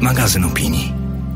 Magazyn opinii.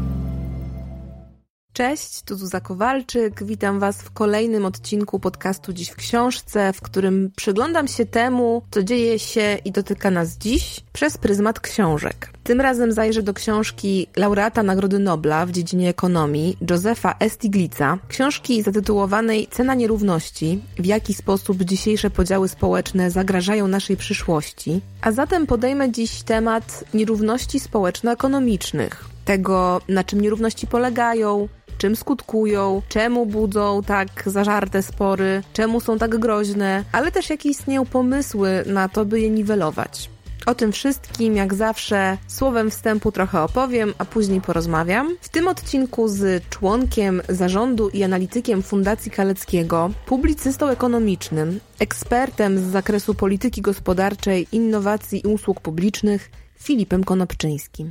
Cześć, tu Zuza Kowalczyk. Witam Was w kolejnym odcinku podcastu Dziś w Książce, w którym przyglądam się temu, co dzieje się i dotyka nas dziś przez pryzmat książek. Tym razem zajrzę do książki laureata Nagrody Nobla w dziedzinie ekonomii Josepha Stiglitza, książki zatytułowanej Cena nierówności, w jaki sposób dzisiejsze podziały społeczne zagrażają naszej przyszłości. A zatem podejmę dziś temat nierówności społeczno-ekonomicznych, tego, na czym nierówności polegają, czym skutkują, czemu budzą tak zażarte spory, czemu są tak groźne, ale też jakie istnieją pomysły na to, by je niwelować. O tym wszystkim, jak zawsze, słowem wstępu trochę opowiem, a później porozmawiam. W tym odcinku z członkiem zarządu i analitykiem Fundacji Kaleckiego, publicystą ekonomicznym, ekspertem z zakresu polityki gospodarczej, innowacji i usług publicznych, Filipem Konopczyńskim.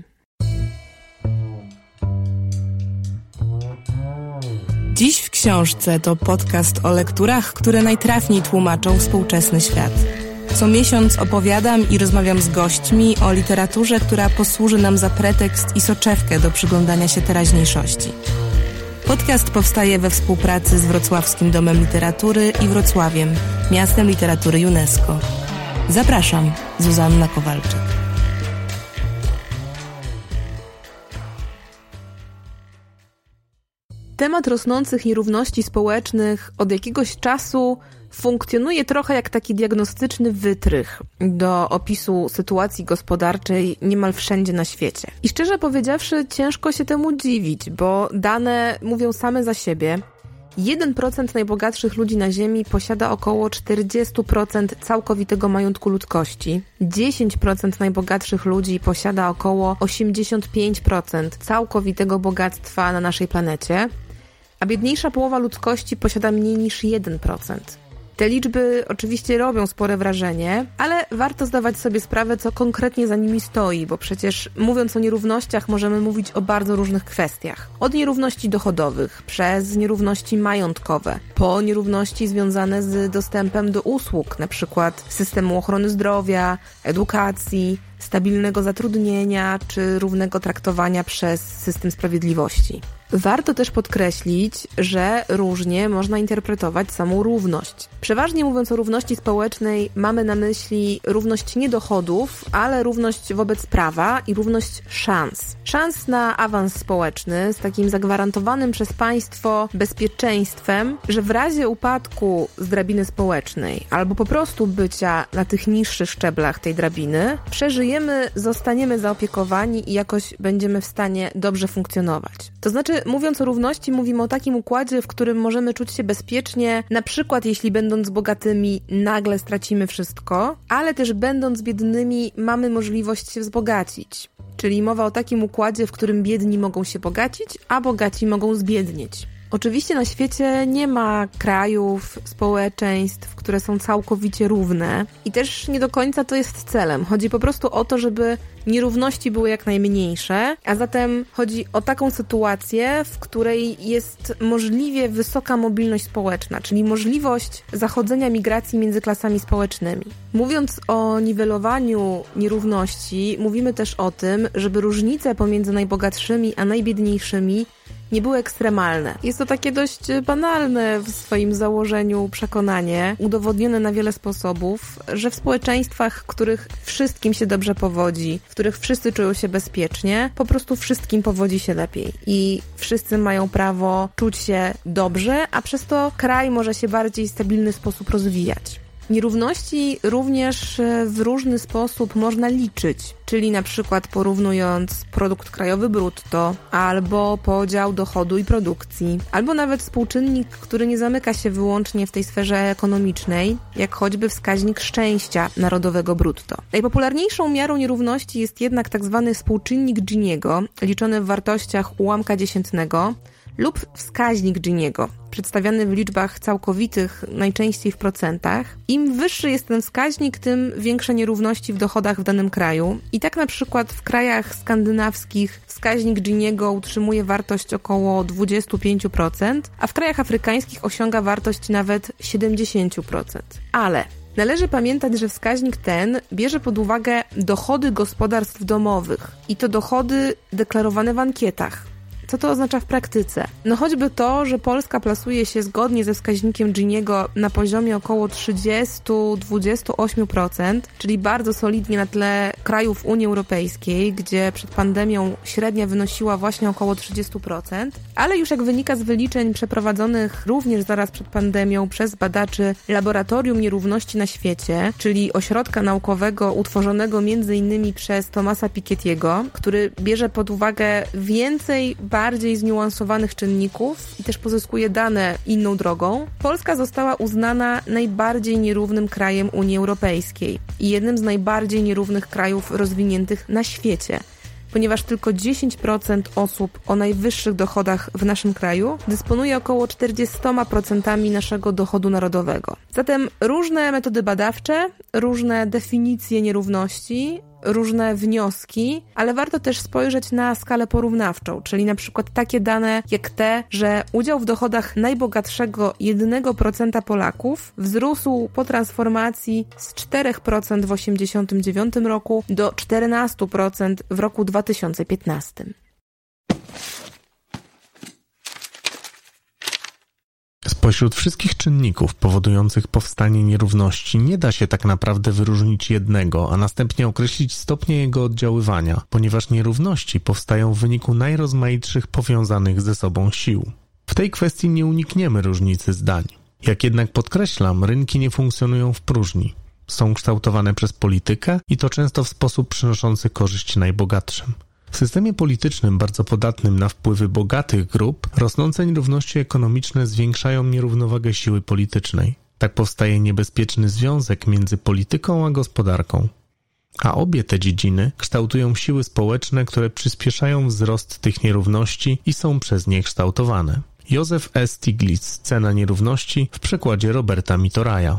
Dziś w Książce to podcast o lekturach, które najtrafniej tłumaczą współczesny świat. Co miesiąc opowiadam i rozmawiam z gośćmi o literaturze, która posłuży nam za pretekst i soczewkę do przyglądania się teraźniejszości. Podcast powstaje we współpracy z Wrocławskim Domem Literatury i Wrocławiem, Miastem Literatury UNESCO. Zapraszam, Zuzanna Kowalczyk. Temat rosnących nierówności społecznych od jakiegoś czasu funkcjonuje trochę jak taki diagnostyczny wytrych do opisu sytuacji gospodarczej niemal wszędzie na świecie. I szczerze powiedziawszy, ciężko się temu dziwić, bo dane mówią same za siebie. 1% najbogatszych ludzi na Ziemi posiada około 40% całkowitego majątku ludzkości. 10% najbogatszych ludzi posiada około 85% całkowitego bogactwa na naszej planecie, a biedniejsza połowa ludzkości posiada mniej niż 1%. Te liczby oczywiście robią spore wrażenie, ale warto zdawać sobie sprawę, co konkretnie za nimi stoi, bo przecież mówiąc o nierównościach możemy mówić o bardzo różnych kwestiach. Od nierówności dochodowych, przez nierówności majątkowe, po nierówności związane z dostępem do usług, np. systemu ochrony zdrowia, edukacji, stabilnego zatrudnienia czy równego traktowania przez system sprawiedliwości. Warto też podkreślić, że różnie można interpretować samą równość. Przeważnie mówiąc o równości społecznej, mamy na myśli równość nie dochodów, ale równość wobec prawa i równość szans. Szans na awans społeczny z takim zagwarantowanym przez państwo bezpieczeństwem, że w razie upadku z drabiny społecznej albo po prostu bycia na tych niższych szczeblach tej drabiny, przeżyjemy, zostaniemy zaopiekowani i jakoś będziemy w stanie dobrze funkcjonować. To znaczy, mówiąc o równości, mówimy o takim układzie, w którym możemy czuć się bezpiecznie, na przykład jeśli będąc bogatymi nagle stracimy wszystko, ale też będąc biednymi mamy możliwość się wzbogacić. Czyli mowa o takim układzie, w którym biedni mogą się bogacić, a bogaci mogą zbiednieć. Oczywiście na świecie nie ma krajów, społeczeństw, które są całkowicie równe i też nie do końca to jest celem. Chodzi po prostu o to, żeby nierówności były jak najmniejsze, a zatem chodzi o taką sytuację, w której jest możliwie wysoka mobilność społeczna, czyli możliwość zachodzenia migracji między klasami społecznymi. Mówiąc o niwelowaniu nierówności, mówimy też o tym, żeby różnice pomiędzy najbogatszymi a najbiedniejszymi nie były ekstremalne. Jest to takie dość banalne w swoim założeniu przekonanie, udowodnione na wiele sposobów, że w społeczeństwach, w których wszystkim się dobrze powodzi, w których wszyscy czują się bezpiecznie, po prostu wszystkim powodzi się lepiej i wszyscy mają prawo czuć się dobrze, a przez to kraj może się bardziej w stabilny sposób rozwijać. Nierówności również w różny sposób można liczyć, czyli na przykład porównując produkt krajowy brutto, albo podział dochodu i produkcji, albo nawet współczynnik, który nie zamyka się wyłącznie w tej sferze ekonomicznej, jak choćby wskaźnik szczęścia narodowego brutto. Najpopularniejszą miarą nierówności jest jednak tzw. współczynnik Giniego, liczony w wartościach ułamka dziesiętnego, lub wskaźnik Giniego, przedstawiany w liczbach całkowitych, najczęściej w procentach. Im wyższy jest ten wskaźnik, tym większe nierówności w dochodach w danym kraju. I tak na przykład w krajach skandynawskich wskaźnik Giniego utrzymuje wartość około 25%, a w krajach afrykańskich osiąga wartość nawet 70%. Ale Należy pamiętać, że wskaźnik ten bierze pod uwagę dochody gospodarstw domowych i to dochody deklarowane w ankietach. Co to oznacza w praktyce? No choćby to, że Polska plasuje się zgodnie ze wskaźnikiem Giniego na poziomie około 30-28%, czyli bardzo solidnie na tle krajów Unii Europejskiej, gdzie przed pandemią średnia wynosiła właśnie około 30%, ale już jak wynika z wyliczeń przeprowadzonych również zaraz przed pandemią przez badaczy Laboratorium Nierówności na Świecie, czyli ośrodka naukowego utworzonego m.in. przez Thomasa Piketty'ego, który bierze pod uwagę więcej bardziej zniuansowanych czynników i też pozyskuje dane inną drogą, Polska została uznana najbardziej nierównym krajem Unii Europejskiej i jednym z najbardziej nierównych krajów rozwiniętych na świecie, ponieważ tylko 10% osób o najwyższych dochodach w naszym kraju dysponuje około 40% naszego dochodu narodowego. Zatem różne metody badawcze, różne definicje nierówności, różne wnioski, ale warto też spojrzeć na skalę porównawczą, czyli na przykład takie dane jak te, że udział w dochodach najbogatszego 1% Polaków wzrósł po transformacji z 4% w 1989 roku do 14% w roku 2015. Spośród wszystkich czynników powodujących powstanie nierówności nie da się tak naprawdę wyróżnić jednego, a następnie określić stopnie jego oddziaływania, ponieważ nierówności powstają w wyniku najrozmaitszych powiązanych ze sobą sił. W tej kwestii nie unikniemy różnicy zdań. Jak jednak podkreślam, rynki nie funkcjonują w próżni. Są kształtowane przez politykę i to często w sposób przynoszący korzyść najbogatszym. W systemie politycznym bardzo podatnym na wpływy bogatych grup rosnące nierówności ekonomiczne zwiększają nierównowagę siły politycznej. Tak powstaje niebezpieczny związek między polityką a gospodarką. A obie te dziedziny kształtują siły społeczne, które przyspieszają wzrost tych nierówności i są przez nie kształtowane. Józef E. Stiglitz, Cena nierówności w przekładzie Roberta Mitoraja.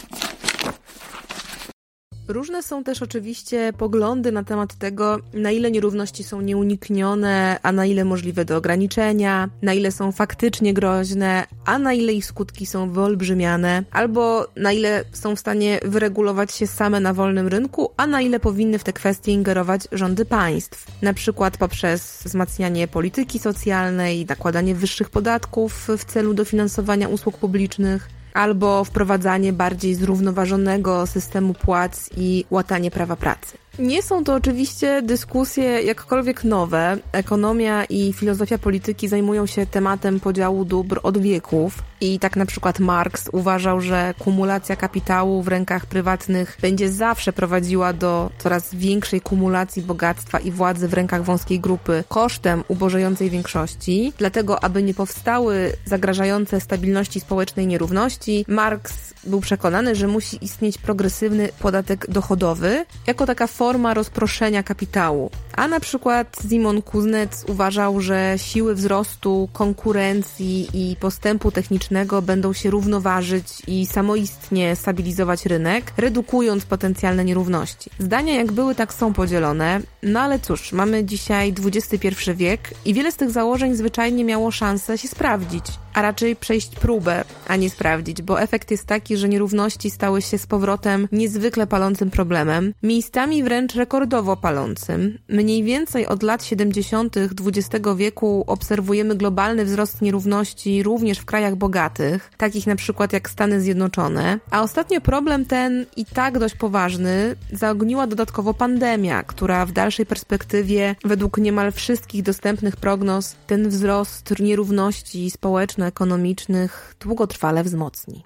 Różne są też oczywiście poglądy na temat tego, na ile nierówności są nieuniknione, a na ile możliwe do ograniczenia, na ile są faktycznie groźne, a na ile ich skutki są wyolbrzymiane, albo na ile są w stanie wyregulować się same na wolnym rynku, a na ile powinny w te kwestie ingerować rządy państw. Na przykład poprzez wzmacnianie polityki socjalnej, nakładanie wyższych podatków w celu dofinansowania usług publicznych, albo wprowadzanie bardziej zrównoważonego systemu płac i łatanie prawa pracy. Nie są to oczywiście dyskusje jakkolwiek nowe. Ekonomia i filozofia polityki zajmują się tematem podziału dóbr od wieków i tak na przykład Marx uważał, że kumulacja kapitału w rękach prywatnych będzie zawsze prowadziła do coraz większej kumulacji bogactwa i władzy w rękach wąskiej grupy kosztem ubożejącej większości. Dlatego, aby nie powstały zagrażające stabilności społecznej nierówności, Marx był przekonany, że musi istnieć progresywny podatek dochodowy jako taka forma rozproszenia kapitału. A na przykład Szymon Kuznec uważał, że siły wzrostu, konkurencji i postępu technicznego będą się równoważyć i samoistnie stabilizować rynek, redukując potencjalne nierówności. Zdania jak były, tak są podzielone, no ale cóż, mamy dzisiaj XXI wiek i wiele z tych założeń zwyczajnie miało szansę się sprawdzić, a raczej przejść próbę, a nie sprawdzić, bo efekt jest taki, że nierówności stały się z powrotem niezwykle palącym problemem, miejscami wręcz rekordowo palącym. Mniej więcej od lat 70. XX wieku obserwujemy globalny wzrost nierówności również w krajach bogatych, takich na przykład jak Stany Zjednoczone, a ostatnio problem ten, i tak dość poważny, zaogniła dodatkowo pandemia, która w dalszej perspektywie, według niemal wszystkich dostępnych prognoz, ten wzrost nierówności społeczno-ekonomicznych długotrwale wzmocni.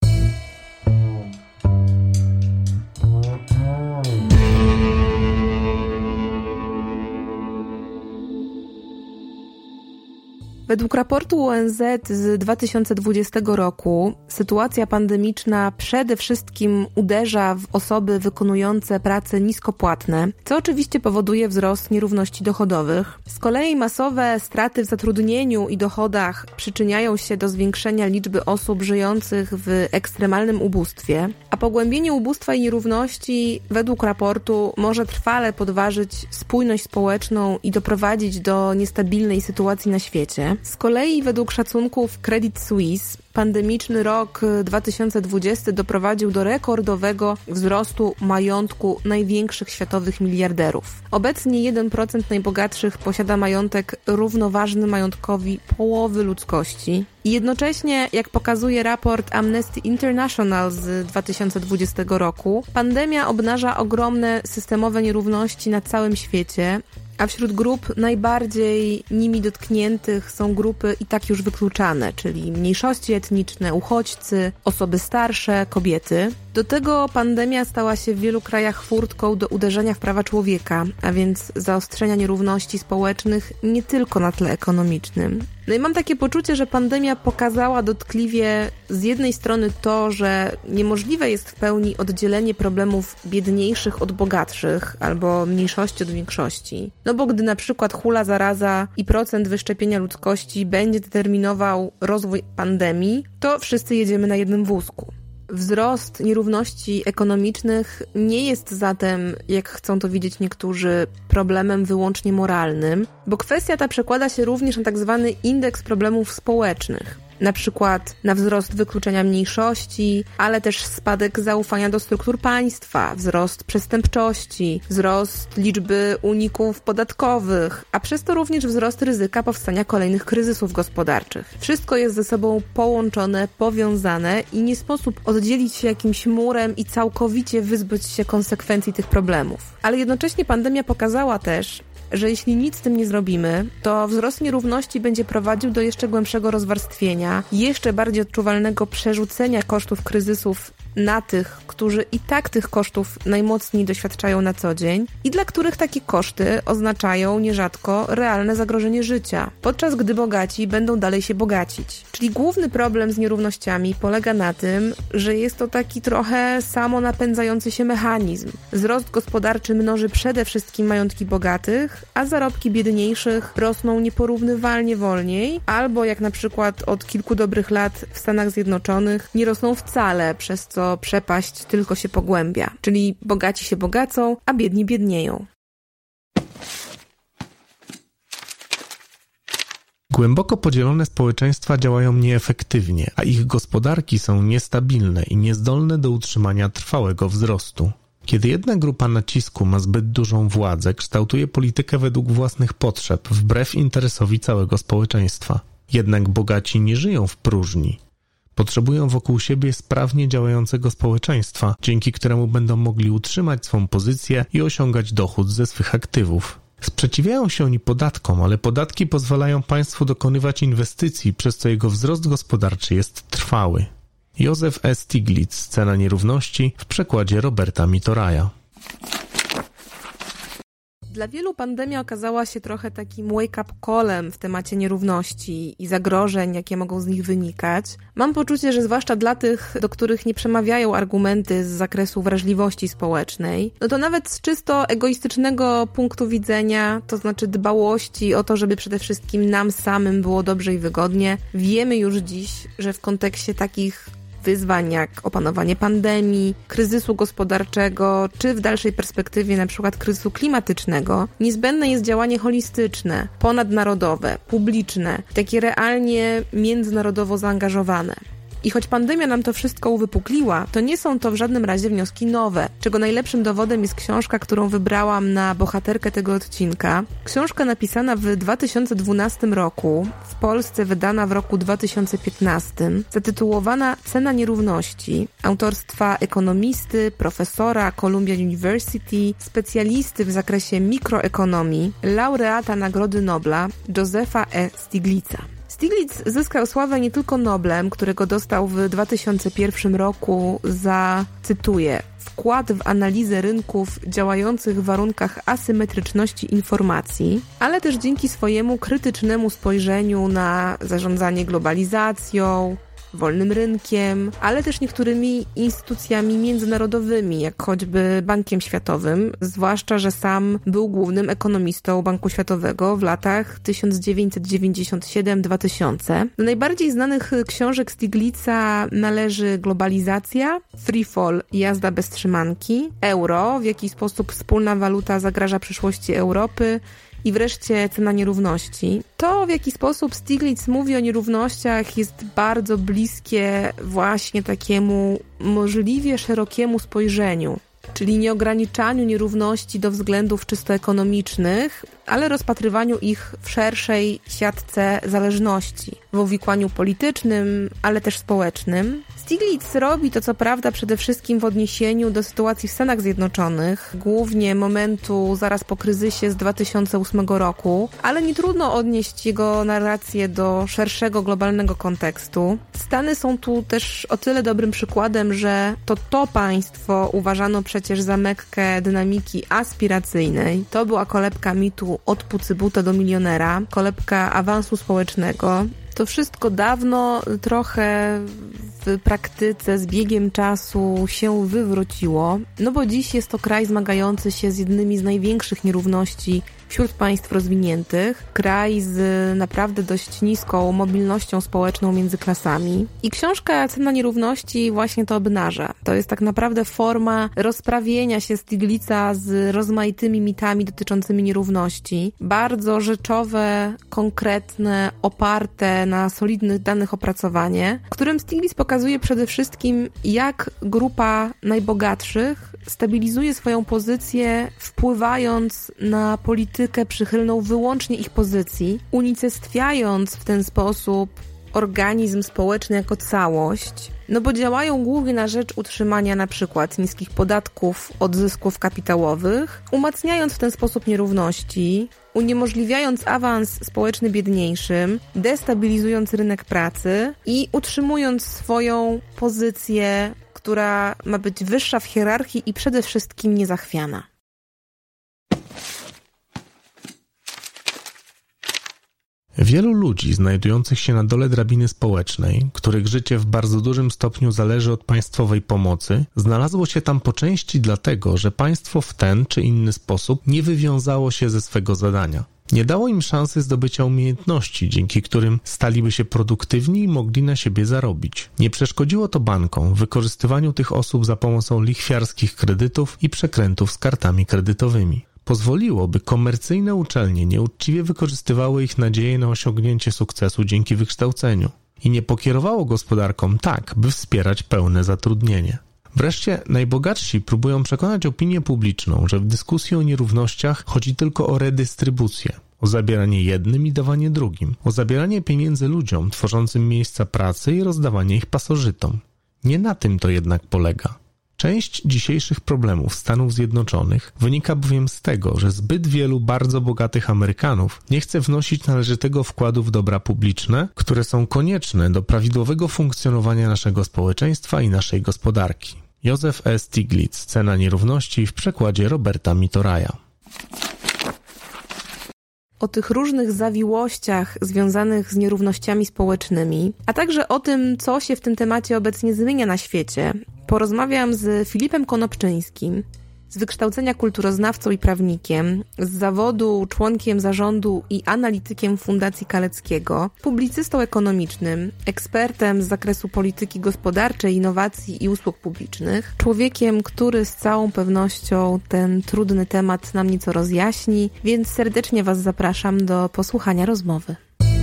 Według raportu ONZ z 2020 roku sytuacja pandemiczna przede wszystkim uderza w osoby wykonujące prace niskopłatne, co oczywiście powoduje wzrost nierówności dochodowych. Z kolei masowe straty w zatrudnieniu i dochodach przyczyniają się do zwiększenia liczby osób żyjących w ekstremalnym ubóstwie, a pogłębienie ubóstwa i nierówności według raportu może trwale podważyć spójność społeczną i doprowadzić do niestabilnej sytuacji na świecie. Z kolei według szacunków Credit Suisse pandemiczny rok 2020 doprowadził do rekordowego wzrostu majątku największych światowych miliarderów. Obecnie 1% najbogatszych posiada majątek równoważny majątkowi połowy ludzkości. I jednocześnie, jak pokazuje raport Amnesty International z 2020 roku, pandemia obnaża ogromne systemowe nierówności na całym świecie, a wśród grup najbardziej nimi dotkniętych są grupy i tak już wykluczane, czyli mniejszości etniczne, uchodźcy, osoby starsze, kobiety. Do tego pandemia stała się w wielu krajach furtką do uderzenia w prawa człowieka, a więc zaostrzenia nierówności społecznych nie tylko na tle ekonomicznym. No i mam takie poczucie, że pandemia pokazała dotkliwie z jednej strony to, że niemożliwe jest w pełni oddzielenie problemów biedniejszych od bogatszych albo mniejszości od większości. No bo gdy na przykład hula zaraza i procent wyszczepienia ludzkości będzie determinował rozwój pandemii, to wszyscy jedziemy na jednym wózku. Wzrost nierówności ekonomicznych nie jest zatem, jak chcą to widzieć niektórzy, problemem wyłącznie moralnym, bo kwestia ta przekłada się również na tak zwany indeks problemów społecznych. Na przykład na wzrost wykluczenia mniejszości, ale też spadek zaufania do struktur państwa, wzrost przestępczości, wzrost liczby uników podatkowych, a przez to również wzrost ryzyka powstania kolejnych kryzysów gospodarczych. Wszystko jest ze sobą połączone, powiązane i nie sposób oddzielić się jakimś murem i całkowicie wyzbyć się konsekwencji tych problemów. Ale jednocześnie pandemia pokazała też, że jeśli nic z tym nie zrobimy, to wzrost nierówności będzie prowadził do jeszcze głębszego rozwarstwienia, jeszcze bardziej odczuwalnego przerzucenia kosztów kryzysów na tych, którzy i tak tych kosztów najmocniej doświadczają na co dzień i dla których takie koszty oznaczają nierzadko realne zagrożenie życia, podczas gdy bogaci będą dalej się bogacić. Czyli główny problem z nierównościami polega na tym, że jest to taki trochę samonapędzający się mechanizm. Wzrost gospodarczy mnoży przede wszystkim majątki bogatych, a zarobki biedniejszych rosną nieporównywalnie wolniej, albo jak na przykład od kilku dobrych lat w Stanach Zjednoczonych nie rosną wcale, przez co przepaść tylko się pogłębia. Czyli bogaci się bogacą, a biedni biednieją. Głęboko podzielone społeczeństwa działają nieefektywnie, a ich gospodarki są niestabilne i niezdolne do utrzymania trwałego wzrostu. Kiedy jedna grupa nacisku ma zbyt dużą władzę, kształtuje politykę według własnych potrzeb, wbrew interesowi całego społeczeństwa. Jednak bogaci nie żyją w próżni. Potrzebują wokół siebie sprawnie działającego społeczeństwa, dzięki któremu będą mogli utrzymać swą pozycję i osiągać dochód ze swych aktywów. Sprzeciwiają się oni podatkom, ale podatki pozwalają państwu dokonywać inwestycji, przez co jego wzrost gospodarczy jest trwały. Józef E. Stiglitz, Cena nierówności, w przekładzie Roberta Mitoraja. Dla wielu pandemia okazała się trochę takim wake-up callem w temacie nierówności i zagrożeń, jakie mogą z nich wynikać. Mam poczucie, że zwłaszcza dla tych, do których nie przemawiają argumenty z zakresu wrażliwości społecznej, no to nawet z czysto egoistycznego punktu widzenia, to znaczy dbałości o to, żeby przede wszystkim nam samym było dobrze i wygodnie, wiemy już dziś, że w kontekście takich wyzwań jak opanowanie pandemii, kryzysu gospodarczego, czy w dalszej perspektywie na przykład kryzysu klimatycznego, niezbędne jest działanie holistyczne, ponadnarodowe, publiczne, takie realnie międzynarodowo zaangażowane. I choć pandemia nam to wszystko uwypukliła, to nie są to w żadnym razie wnioski nowe, czego najlepszym dowodem jest książka, którą wybrałam na bohaterkę tego odcinka. Książka napisana w 2012 roku, w Polsce wydana w roku 2015, zatytułowana Cena nierówności, autorstwa ekonomisty, profesora Columbia University, specjalisty w zakresie mikroekonomii, laureata Nagrody Nobla Józefa E. Stiglitza. Stiglitz zyskał sławę nie tylko Noblem, którego dostał w 2001 roku za, cytuję, wkład w analizę rynków działających w warunkach asymetryczności informacji, ale też dzięki swojemu krytycznemu spojrzeniu na zarządzanie globalizacją, wolnym rynkiem, ale też niektórymi instytucjami międzynarodowymi, jak choćby Bankiem Światowym, zwłaszcza, że sam był głównym ekonomistą Banku Światowego w latach 1997-2000. Do najbardziej znanych książek Stiglitza należy Globalizacja, Free Fall, Jazda bez trzymanki, Euro, w jaki sposób wspólna waluta zagraża przyszłości Europy I wreszcie cena nierówności. To, w jaki sposób Stiglitz mówi o nierównościach, jest bardzo bliskie właśnie takiemu możliwie szerokiemu spojrzeniu, czyli nie ograniczaniu nierówności do względów czysto ekonomicznych, ale rozpatrywaniu ich w szerszej siatce zależności, w uwikłaniu politycznym, ale też społecznym. Stiglitz robi to co prawda przede wszystkim w odniesieniu do sytuacji w Stanach Zjednoczonych, głównie momentu zaraz po kryzysie z 2008 roku, ale nie trudno odnieść jego narrację do szerszego globalnego kontekstu. Stany są tu też o tyle dobrym przykładem, że to państwo uważano przecież za Mekkę dynamiki aspiracyjnej. To była kolebka mitu od pucybuta do milionera, kolebka awansu społecznego. To wszystko dawno trochę w praktyce z biegiem czasu się wywróciło, no bo dziś jest to kraj zmagający się z jednymi z największych nierówności wśród państw rozwiniętych, kraj z naprawdę dość niską mobilnością społeczną między klasami. I książka Cena nierówności właśnie to obnaża. To jest tak naprawdę forma rozprawienia się Stiglitza z rozmaitymi mitami dotyczącymi nierówności. Bardzo rzeczowe, konkretne, oparte na solidnych danych opracowanie, w którym Stiglitz pokazuje przede wszystkim, jak grupa najbogatszych stabilizuje swoją pozycję, wpływając na politykę przychylną wyłącznie ich pozycji, unicestwiając w ten sposób organizm społeczny jako całość, no bo działają głównie na rzecz utrzymania na przykład niskich podatków od zysków kapitałowych, umacniając w ten sposób nierówności, uniemożliwiając awans społeczny biedniejszym, destabilizując rynek pracy i utrzymując swoją pozycję, która ma być wyższa w hierarchii i przede wszystkim niezachwiana. Wielu ludzi znajdujących się na dole drabiny społecznej, których życie w bardzo dużym stopniu zależy od państwowej pomocy, znalazło się tam po części dlatego, że państwo w ten czy inny sposób nie wywiązało się ze swego zadania. Nie dało im szansy zdobycia umiejętności, dzięki którym staliby się produktywni i mogli na siebie zarobić. Nie przeszkodziło to bankom w wykorzystywaniu tych osób za pomocą lichwiarskich kredytów i przekrętów z kartami kredytowymi. Pozwoliło, by komercyjne uczelnie nieuczciwie wykorzystywały ich nadzieję na osiągnięcie sukcesu dzięki wykształceniu. I nie pokierowało gospodarką tak, by wspierać pełne zatrudnienie. Wreszcie najbogatsi próbują przekonać opinię publiczną, że w dyskusji o nierównościach chodzi tylko o redystrybucję, o zabieranie jednym i dawanie drugim, o zabieranie pieniędzy ludziom tworzącym miejsca pracy i rozdawanie ich pasożytom. Nie na tym to jednak polega. Część dzisiejszych problemów Stanów Zjednoczonych wynika bowiem z tego, że zbyt wielu bardzo bogatych Amerykanów nie chce wnosić należytego wkładu w dobra publiczne, które są konieczne do prawidłowego funkcjonowania naszego społeczeństwa i naszej gospodarki. Józef E. Stiglitz, Cena nierówności w przekładzie Roberta Mitoraja. O tych różnych zawiłościach związanych z nierównościami społecznymi, a także o tym, co się w tym temacie obecnie zmienia na świecie, porozmawiam z Filipem Konopczyńskim, z wykształcenia kulturoznawcą i prawnikiem, z zawodu członkiem zarządu i analitykiem Fundacji Kaleckiego, publicystą ekonomicznym, ekspertem z zakresu polityki gospodarczej, innowacji i usług publicznych, człowiekiem, który z całą pewnością ten trudny temat nam nieco rozjaśni, więc serdecznie Was zapraszam do posłuchania rozmowy.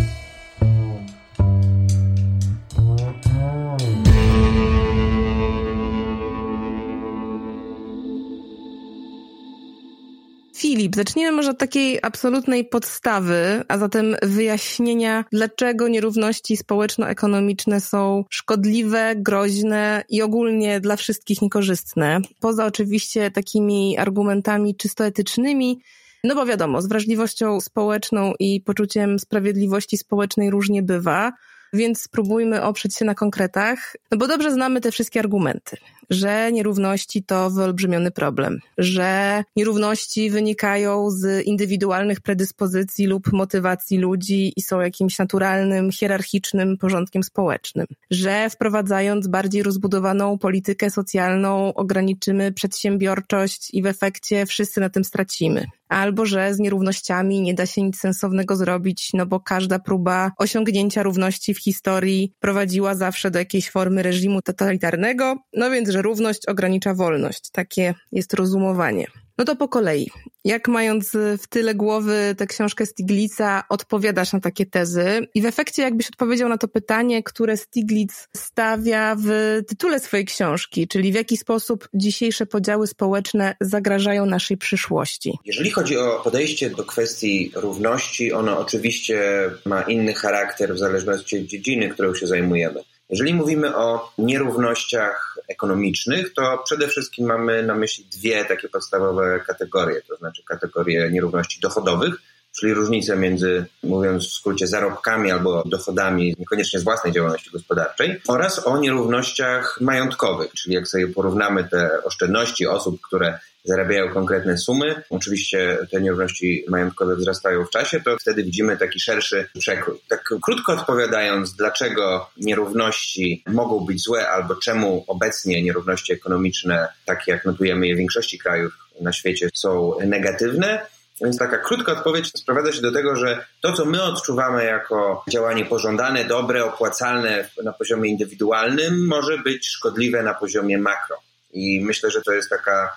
Filip, zacznijmy może od takiej absolutnej podstawy, a zatem wyjaśnienia, dlaczego nierówności społeczno-ekonomiczne są szkodliwe, groźne i ogólnie dla wszystkich niekorzystne. Poza oczywiście takimi argumentami czysto etycznymi, no bo wiadomo, z wrażliwością społeczną i poczuciem sprawiedliwości społecznej różnie bywa, więc spróbujmy oprzeć się na konkretach, no bo dobrze znamy te wszystkie argumenty, że nierówności to wyolbrzymiony problem, że nierówności wynikają z indywidualnych predyspozycji lub motywacji ludzi i są jakimś naturalnym, hierarchicznym porządkiem społecznym, że wprowadzając bardziej rozbudowaną politykę socjalną ograniczymy przedsiębiorczość i w efekcie wszyscy na tym stracimy. Albo że z nierównościami nie da się nic sensownego zrobić, no bo każda próba osiągnięcia równości w historii prowadziła zawsze do jakiejś formy reżimu totalitarnego, no więc, że równość ogranicza wolność. Takie jest rozumowanie. No to po kolei. Jak mając w tyle głowy tę książkę Stiglitza odpowiadasz na takie tezy i w efekcie jakbyś odpowiedział na to pytanie, które Stiglitz stawia w tytule swojej książki, czyli w jaki sposób dzisiejsze podziały społeczne zagrażają naszej przyszłości? Jeżeli chodzi o podejście do kwestii równości, ono oczywiście ma inny charakter w zależności od dziedziny, którą się zajmujemy. Jeżeli mówimy o nierównościach ekonomicznych, to przede wszystkim mamy na myśli dwie takie podstawowe kategorie, to znaczy kategorię nierówności dochodowych, czyli różnicę między, mówiąc w skrócie, zarobkami albo dochodami niekoniecznie z własnej działalności gospodarczej, oraz o nierównościach majątkowych, czyli jak sobie porównamy te oszczędności osób, które zarabiają konkretne sumy, oczywiście te nierówności majątkowe wzrastają w czasie, to wtedy widzimy taki szerszy przekrój. Tak krótko odpowiadając, dlaczego nierówności mogą być złe albo czemu obecnie nierówności ekonomiczne, takie jak notujemy je w większości krajów na świecie, są negatywne, więc taka krótka odpowiedź sprowadza się do tego, że to, co my odczuwamy jako działanie pożądane, dobre, opłacalne na poziomie indywidualnym, może być szkodliwe na poziomie makro. I myślę, że to jest taka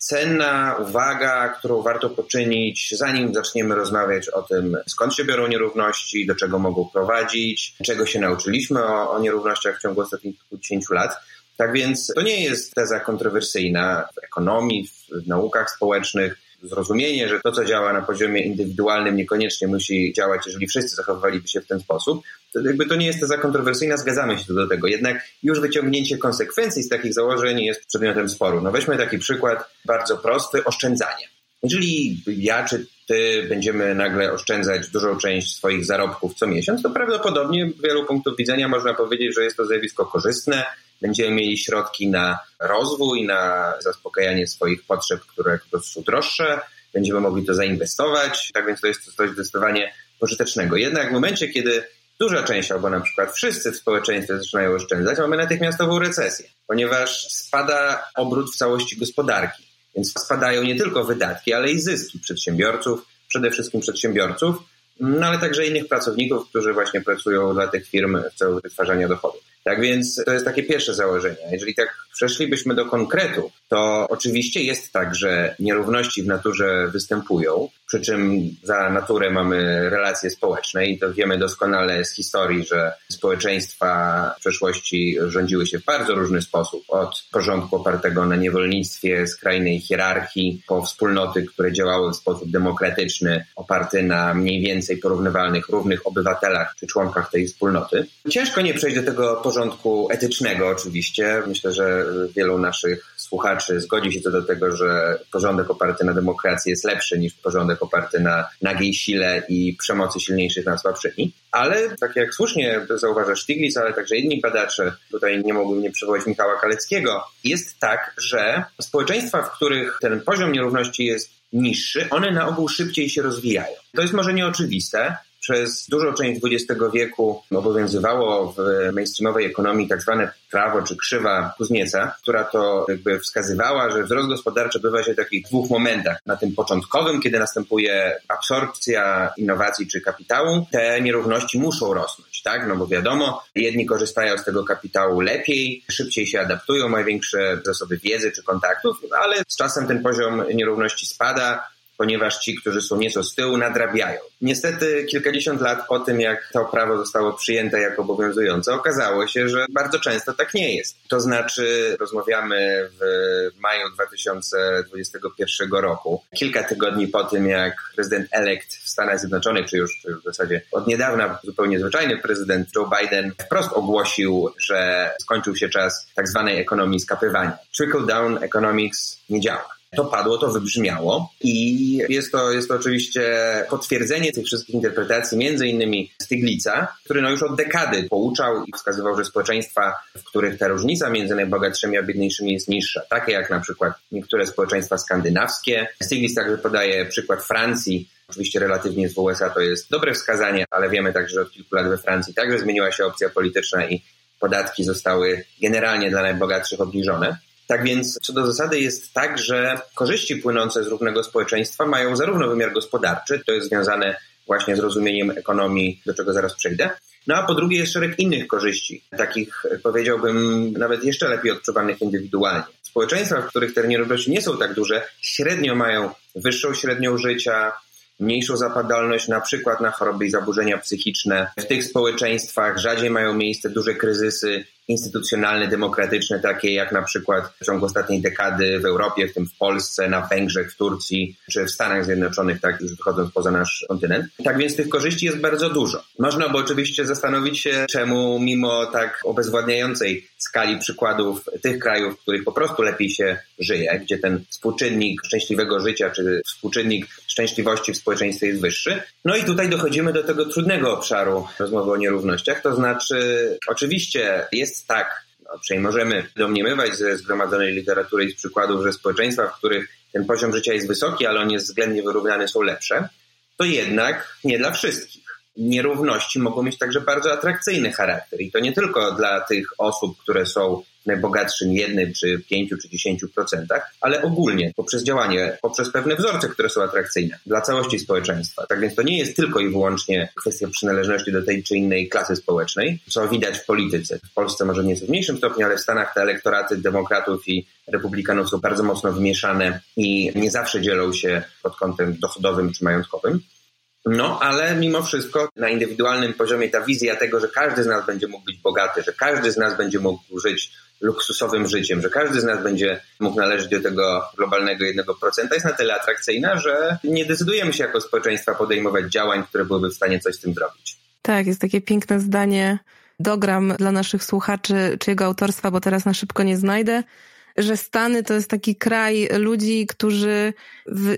cenna uwaga, którą warto poczynić, zanim zaczniemy rozmawiać o tym, skąd się biorą nierówności, do czego mogą prowadzić, czego się nauczyliśmy o nierównościach w ciągu ostatnich 10 lat. Tak więc to nie jest teza kontrowersyjna w ekonomii, w naukach społecznych. Zrozumienie, że to, co działa na poziomie indywidualnym, niekoniecznie musi działać, jeżeli wszyscy zachowywaliby się w ten sposób. To nie jest teza kontrowersyjna, zgadzamy się do tego. Jednak już wyciągnięcie konsekwencji z takich założeń jest przedmiotem sporu. No weźmy taki przykład bardzo prosty, oszczędzanie. Jeżeli ja czy ty będziemy nagle oszczędzać dużą część swoich zarobków co miesiąc, to prawdopodobnie z wielu punktów widzenia można powiedzieć, że jest to zjawisko korzystne. Będziemy mieli środki na rozwój, na zaspokajanie swoich potrzeb, które po prostu są droższe. Będziemy mogli to zainwestować. Tak więc to jest coś zdecydowanie pożytecznego. Jednak w momencie, kiedy duża część albo na przykład wszyscy w społeczeństwie zaczynają oszczędzać, mamy natychmiastową recesję, ponieważ spada obrót w całości gospodarki. Więc spadają nie tylko wydatki, ale i zyski przedsiębiorców, przede wszystkim przedsiębiorców, no ale także innych pracowników, którzy właśnie pracują dla tych firm w celu wytwarzania dochodu. Tak więc to jest takie pierwsze założenie. Jeżeli tak przeszlibyśmy do konkretu, to oczywiście jest tak, że nierówności w naturze występują, przy czym za naturę mamy relacje społeczne i to wiemy doskonale z historii, że społeczeństwa w przeszłości rządziły się w bardzo różny sposób. Od porządku opartego na niewolnictwie, skrajnej hierarchii, po wspólnoty, które działały w sposób demokratyczny, oparty na mniej więcej porównywalnych, równych obywatelach czy członkach tej wspólnoty. Ciężko nie przejść do tego porządku etycznego oczywiście. Myślę, że wielu naszych słuchaczy zgodzi się co do tego, że porządek oparty na demokracji jest lepszy niż porządek oparty na nagiej sile i przemocy silniejszych nad słabszymi. Ale tak jak słusznie zauważa Stiglitz, ale także inni badacze, tutaj nie mogłem nie przywołać Michała Kaleckiego, jest tak, że społeczeństwa, w których ten poziom nierówności jest niższy, one na ogół szybciej się rozwijają. To jest może nieoczywiste. Przez dużą część XX wieku obowiązywało w mainstreamowej ekonomii tak zwane prawo czy krzywa Kuznieca, która to jakby wskazywała, że wzrost gospodarczy odbywa się w takich dwóch momentach. Na tym początkowym, kiedy następuje absorpcja innowacji czy kapitału, te nierówności muszą rosnąć, tak? No bo wiadomo, jedni korzystają z tego kapitału lepiej, szybciej się adaptują, mają większe zasoby wiedzy czy kontaktów, ale z czasem ten poziom nierówności spada, ponieważ ci, którzy są nieco z tyłu, nadrabiają. Niestety kilkadziesiąt lat po tym, jak to prawo zostało przyjęte jako obowiązujące, okazało się, że bardzo często tak nie jest. To znaczy, rozmawiamy w maju 2021 roku, kilka tygodni po tym, jak prezydent-elekt w Stanach Zjednoczonych, czy już w zasadzie od niedawna zupełnie zwyczajny prezydent Joe Biden wprost ogłosił, że skończył się czas tak zwanej ekonomii skapywania. Trickle-down economics nie działa. To padło, to wybrzmiało i jest to oczywiście potwierdzenie tych wszystkich interpretacji, między innymi Stiglitza, który już od dekady pouczał i wskazywał, że społeczeństwa, w których ta różnica między najbogatszymi a biedniejszymi jest niższa, takie jak na przykład niektóre społeczeństwa skandynawskie. Stiglitz także podaje przykład Francji. Oczywiście relatywnie z USA to jest dobre wskazanie, ale wiemy także, że od kilku lat we Francji także zmieniła się opcja polityczna i podatki zostały generalnie dla najbogatszych obniżone. Tak więc co do zasady jest tak, że korzyści płynące z równego społeczeństwa mają zarówno wymiar gospodarczy, to jest związane właśnie z rozumieniem ekonomii, do czego zaraz przejdę, no a po drugie jest szereg innych korzyści, takich powiedziałbym nawet jeszcze lepiej odczuwanych indywidualnie. Społeczeństwa, w których te nierówności nie są tak duże, średnio mają wyższą średnią życia, mniejszą zapadalność na przykład na choroby i zaburzenia psychiczne. W tych społeczeństwach rzadziej mają miejsce duże kryzysy instytucjonalne, demokratyczne, takie jak na przykład w ciągu ostatniej dekady w Europie, w tym w Polsce, na Węgrzech, w Turcji czy w Stanach Zjednoczonych, tak już wychodząc poza nasz kontynent. Tak więc tych korzyści jest bardzo dużo. Można by oczywiście zastanowić się, czemu mimo tak obezwładniającej skali przykładów tych krajów, w których po prostu lepiej się żyje, gdzie ten współczynnik szczęśliwego życia czy współczynnik szczęśliwości w społeczeństwie jest wyższy. No i tutaj dochodzimy do tego trudnego obszaru rozmowy o nierównościach, to znaczy oczywiście jest tak, przynajmniej możemy domniemywać ze zgromadzonej literatury i z przykładów, że społeczeństwa, w których ten poziom życia jest wysoki, ale on jest względnie wyrównany, są lepsze, to jednak nie dla wszystkich. Nierówności mogą mieć także bardzo atrakcyjny charakter i to nie tylko dla tych osób, które są w najbogatszym 1 czy 5 czy 10%, ale ogólnie poprzez działanie, poprzez pewne wzorce, które są atrakcyjne dla całości społeczeństwa. Tak więc to nie jest tylko i wyłącznie kwestia przynależności do tej czy innej klasy społecznej, co widać w polityce. W Polsce może nieco w mniejszym stopniu, ale w Stanach te elektoraty demokratów i republikanów są bardzo mocno wymieszane i nie zawsze dzielą się pod kątem dochodowym czy majątkowym. No, ale mimo wszystko na indywidualnym poziomie ta wizja tego, że każdy z nas będzie mógł być bogaty, że każdy z nas będzie mógł żyć luksusowym życiem, że każdy z nas będzie mógł należeć do tego globalnego 1% jest na tyle atrakcyjna, że nie decydujemy się jako społeczeństwa podejmować działań, które byłyby w stanie coś z tym zrobić. Tak, jest takie piękne zdanie, dogram dla naszych słuchaczy czyjego autorstwa, bo teraz na szybko nie znajdę, że Stany to jest taki kraj ludzi, którzy w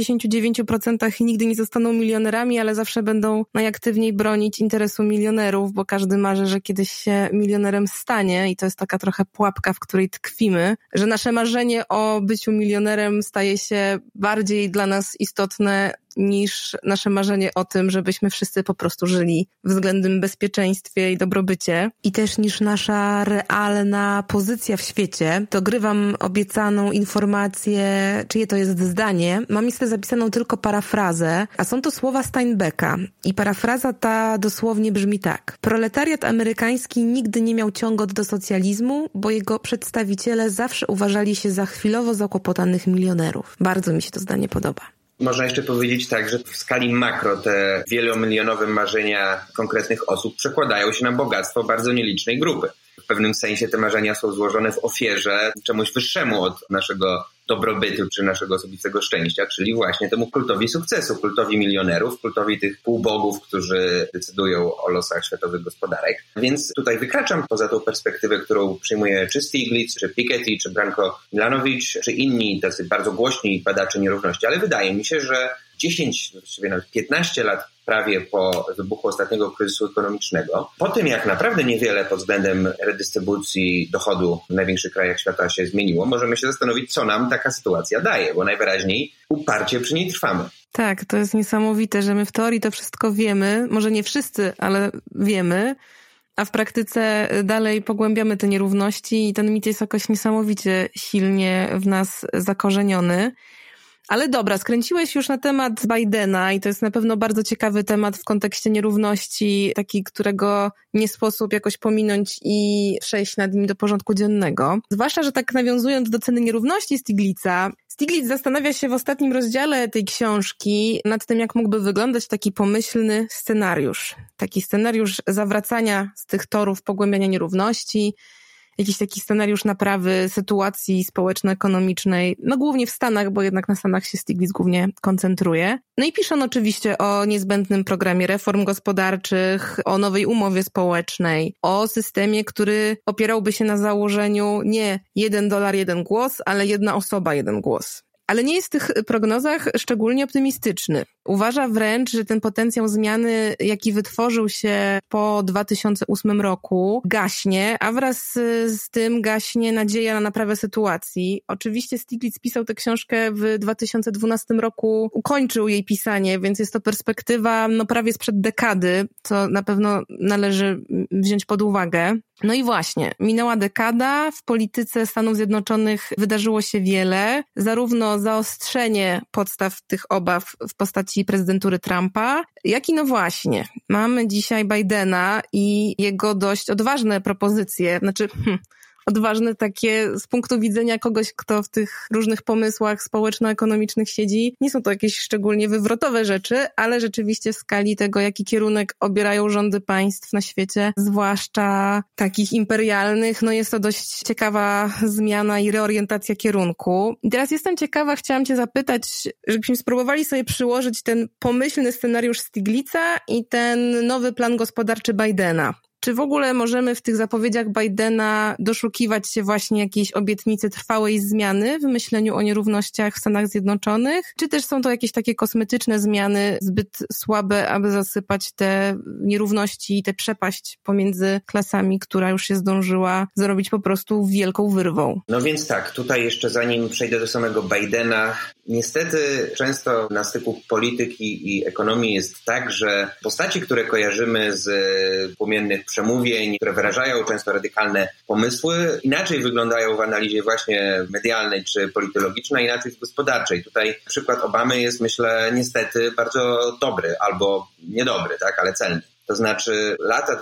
99% nigdy nie zostaną milionerami, ale zawsze będą najaktywniej bronić interesu milionerów, bo każdy marzy, że kiedyś się milionerem stanie i to jest taka trochę pułapka, w której tkwimy, że nasze marzenie o byciu milionerem staje się bardziej dla nas istotne niż nasze marzenie o tym, żebyśmy wszyscy po prostu żyli w względnym bezpieczeństwie i dobrobycie. I też niż nasza realna pozycja w świecie. Dogrywam obiecaną informację, czyje to jest zdanie. Mam niestety zapisaną tylko parafrazę, a są to słowa Steinbecka. I parafraza ta dosłownie brzmi tak. Proletariat amerykański nigdy nie miał ciągot do socjalizmu, bo jego przedstawiciele zawsze uważali się za chwilowo zakłopotanych milionerów. Bardzo mi się to zdanie podoba. Można jeszcze powiedzieć tak, że w skali makro te wielomilionowe marzenia konkretnych osób przekładają się na bogactwo bardzo nielicznej grupy. W pewnym sensie te marzenia są złożone w ofierze czemuś wyższemu od naszego dobrobytu czy naszego osobistego szczęścia, czyli właśnie temu kultowi sukcesu, kultowi milionerów, kultowi tych półbogów, którzy decydują o losach światowych gospodarek. Więc tutaj wykraczam poza tą perspektywę, którą przyjmuje czy Stiglitz, czy Piketty, czy Branko Milanovic, czy inni tacy bardzo głośni badacze nierówności, ale wydaje mi się, że 10, właściwie nawet 15 lat prawie po wybuchu ostatniego kryzysu ekonomicznego, po tym jak naprawdę niewiele pod względem redystrybucji dochodu w największych krajach świata się zmieniło, możemy się zastanowić, co nam taka sytuacja daje, bo najwyraźniej uparcie przy niej trwamy. Tak, to jest niesamowite, że my w teorii to wszystko wiemy, może nie wszyscy, ale wiemy, a w praktyce dalej pogłębiamy te nierówności i ten mit jest jakoś niesamowicie silnie w nas zakorzeniony. Ale dobra, skręciłeś już na temat Bidena i to jest na pewno bardzo ciekawy temat w kontekście nierówności, taki, którego nie sposób jakoś pominąć i przejść nad nim do porządku dziennego. Zwłaszcza, że tak nawiązując do ceny nierówności Stiglitza, Stiglitz zastanawia się w ostatnim rozdziale tej książki nad tym, jak mógłby wyglądać taki pomyślny scenariusz. Taki scenariusz zawracania z tych torów pogłębiania nierówności, jakiś taki scenariusz naprawy sytuacji społeczno-ekonomicznej, no głównie w Stanach, bo jednak na Stanach się Stiglitz głównie koncentruje. No i pisze on oczywiście o niezbędnym programie reform gospodarczych, o nowej umowie społecznej, o systemie, który opierałby się na założeniu nie $1, 1 głos, ale 1 osoba, 1 głos. Ale nie jest w tych prognozach szczególnie optymistyczny. Uważa wręcz, że ten potencjał zmiany, jaki wytworzył się po 2008 roku, gaśnie, a wraz z tym gaśnie nadzieja na naprawę sytuacji. Oczywiście Stiglitz pisał tę książkę w 2012 roku, ukończył jej pisanie, więc jest to perspektywa prawie sprzed dekady, co na pewno należy wziąć pod uwagę. No i właśnie, minęła dekada, w polityce Stanów Zjednoczonych wydarzyło się wiele, zarówno zaostrzenie podstaw tych obaw w postaci prezydentury Trumpa, jak i no właśnie, mamy dzisiaj Bidena i jego dość odważne propozycje, odważne takie z punktu widzenia kogoś, kto w tych różnych pomysłach społeczno-ekonomicznych siedzi. Nie są to jakieś szczególnie wywrotowe rzeczy, ale rzeczywiście w skali tego, jaki kierunek obierają rządy państw na świecie, zwłaszcza takich imperialnych, no jest to dość ciekawa zmiana i reorientacja kierunku. I teraz jestem ciekawa, chciałam cię zapytać, żebyśmy spróbowali sobie przyłożyć ten pomyślny scenariusz Stiglitza i ten nowy plan gospodarczy Bidena. Czy w ogóle możemy w tych zapowiedziach Bidena doszukiwać się właśnie jakiejś obietnicy trwałej zmiany w myśleniu o nierównościach w Stanach Zjednoczonych? Czy też są to jakieś takie kosmetyczne zmiany zbyt słabe, aby zasypać te nierówności i tę przepaść pomiędzy klasami, która już się zdążyła zrobić po prostu wielką wyrwą? No więc tak, tutaj jeszcze zanim przejdę do samego Bidena, niestety często na styku polityki i ekonomii jest tak, że postaci, które kojarzymy z płomiennych przemówień, które wyrażają często radykalne pomysły, inaczej wyglądają w analizie właśnie medialnej czy politologicznej, inaczej w gospodarczej. Tutaj przykład Obamy jest, myślę, niestety bardzo dobry albo niedobry, tak, ale cenny. To znaczy lata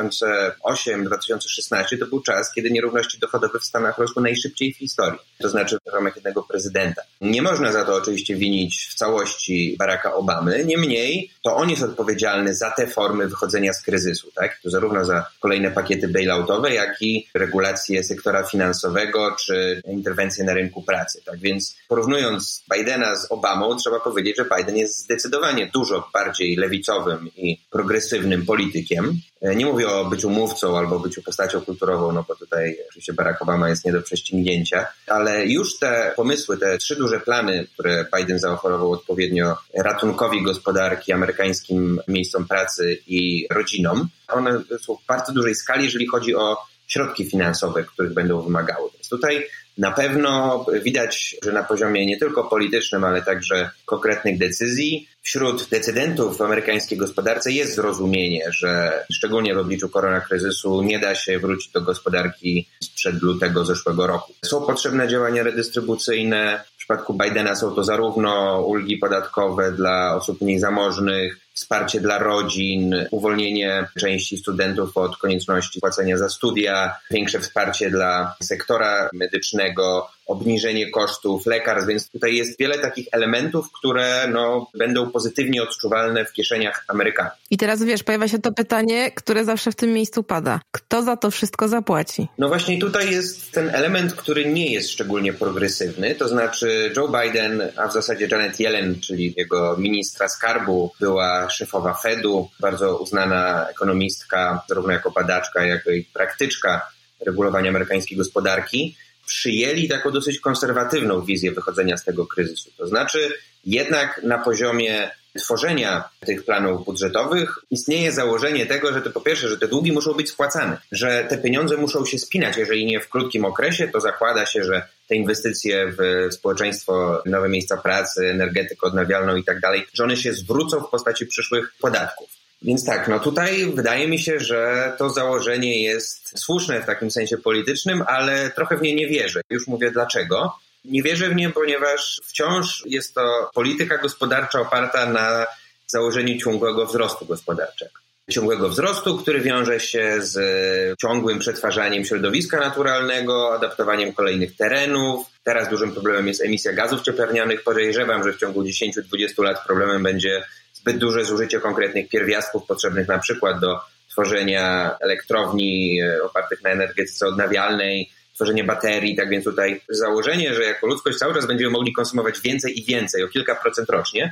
2008-2016 to był czas, kiedy nierówności dochodowe w Stanach rosły najszybciej w historii. To znaczy w ramach jednego prezydenta. Nie można za to oczywiście winić w całości Baracka Obamy, niemniej to on jest odpowiedzialny za te formy wychodzenia z kryzysu, tak? To zarówno za kolejne pakiety bailoutowe, jak i regulacje sektora finansowego czy interwencje na rynku pracy. Tak więc porównując Bidena z Obamą, trzeba powiedzieć, że Biden jest zdecydowanie dużo bardziej lewicowym i progresywnym politykiem. Nie mówię o byciu mówcą albo byciu postacią kulturową, no bo tutaj oczywiście Barack Obama jest nie do prześcignięcia, ale już te pomysły, te 3 duże plany, które Biden zaoferował odpowiednio ratunkowi gospodarki, amerykańskim miejscom pracy i rodzinom, one są w bardzo dużej skali, jeżeli chodzi o środki finansowe, których będą wymagały. Więc tutaj na pewno widać, że na poziomie nie tylko politycznym, ale także konkretnych decyzji wśród decydentów w amerykańskiej gospodarce jest zrozumienie, że szczególnie w obliczu koronakryzysu nie da się wrócić do gospodarki sprzed lutego zeszłego roku. Są potrzebne działania redystrybucyjne. W przypadku Bidena są to zarówno ulgi podatkowe dla osób mniej zamożnych, wsparcie dla rodzin, uwolnienie części studentów od konieczności płacenia za studia, większe wsparcie dla sektora medycznego, obniżenie kosztów lekarstw, więc tutaj jest wiele takich elementów, które będą pozytywnie odczuwalne w kieszeniach Amerykanów. I teraz pojawia się to pytanie, które zawsze w tym miejscu pada. Kto za to wszystko zapłaci? No właśnie tutaj jest ten element, który nie jest szczególnie progresywny, to znaczy Joe Biden, a w zasadzie Janet Yellen, czyli jego ministra skarbu, była szefowa Fedu, bardzo uznana ekonomistka, zarówno jako badaczka, jak i praktyczka regulowania amerykańskiej gospodarki, przyjęli taką dosyć konserwatywną wizję wychodzenia z tego kryzysu. To znaczy jednak na poziomie tworzenia tych planów budżetowych istnieje założenie tego, że po pierwsze, że te długi muszą być spłacane, że te pieniądze muszą się spinać, jeżeli nie w krótkim okresie, to zakłada się, że te inwestycje w społeczeństwo, nowe miejsca pracy, energetykę odnawialną i tak dalej, że one się zwrócą w postaci przyszłych podatków. Więc tak, tutaj wydaje mi się, że to założenie jest słuszne w takim sensie politycznym, ale trochę w nie nie wierzę. Już mówię dlaczego. Nie wierzę w nie, ponieważ wciąż jest to polityka gospodarcza oparta na założeniu ciągłego wzrostu gospodarczego. Ciągłego wzrostu, który wiąże się z ciągłym przetwarzaniem środowiska naturalnego, adaptowaniem kolejnych terenów. Teraz dużym problemem jest emisja gazów cieplarnianych. Podejrzewam, że w ciągu 10-20 lat problemem będzie zbyt duże zużycie konkretnych pierwiastków potrzebnych na przykład do tworzenia elektrowni opartych na energetyce odnawialnej, tworzenie baterii, tak więc tutaj założenie, że jako ludzkość cały czas będziemy mogli konsumować więcej i więcej, o kilka procent rocznie,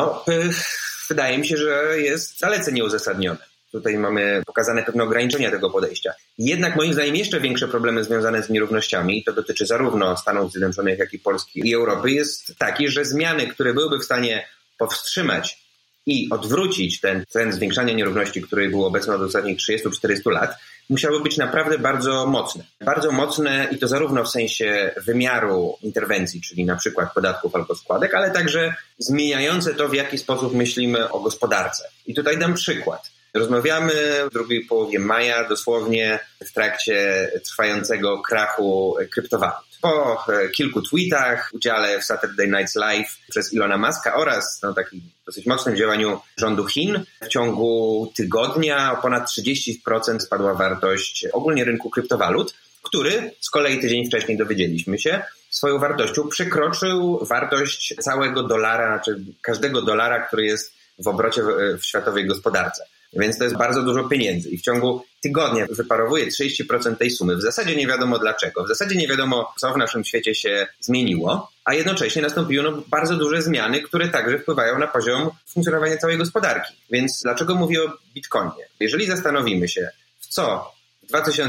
wydaje mi się, że jest dalece nieuzasadnione. Tutaj mamy pokazane pewne ograniczenia tego podejścia. Jednak moim zdaniem jeszcze większe problemy związane z nierównościami, to dotyczy zarówno Stanów Zjednoczonych, jak i Polski i Europy, jest taki, że zmiany, które byłyby w stanie powstrzymać i odwrócić ten trend zwiększania nierówności, który był obecny od ostatnich 30-40 lat, musiały być naprawdę bardzo mocne. Bardzo mocne i to zarówno w sensie wymiaru interwencji, czyli na przykład podatków albo składek, ale także zmieniające to, w jaki sposób myślimy o gospodarce. I tutaj dam przykład. Rozmawiamy w drugiej połowie maja, dosłownie w trakcie trwającego krachu kryptowalut. Po kilku tweetach, udziale w Saturday Night Live przez Ilona Muska oraz takim dosyć mocnym działaniu rządu Chin, w ciągu tygodnia o ponad 30% spadła wartość ogólnie rynku kryptowalut, który z kolei tydzień wcześniej dowiedzieliśmy się, swoją wartością przekroczył wartość całego dolara, znaczy każdego dolara, który jest w obrocie w światowej gospodarce. Więc to jest bardzo dużo pieniędzy i w ciągu tygodnia wyparowuje 30% tej sumy. W zasadzie nie wiadomo dlaczego. W zasadzie nie wiadomo, co w naszym świecie się zmieniło, a jednocześnie nastąpiły bardzo duże zmiany, które także wpływają na poziom funkcjonowania całej gospodarki. Więc dlaczego mówię o Bitcoinie? Jeżeli zastanowimy się, w co w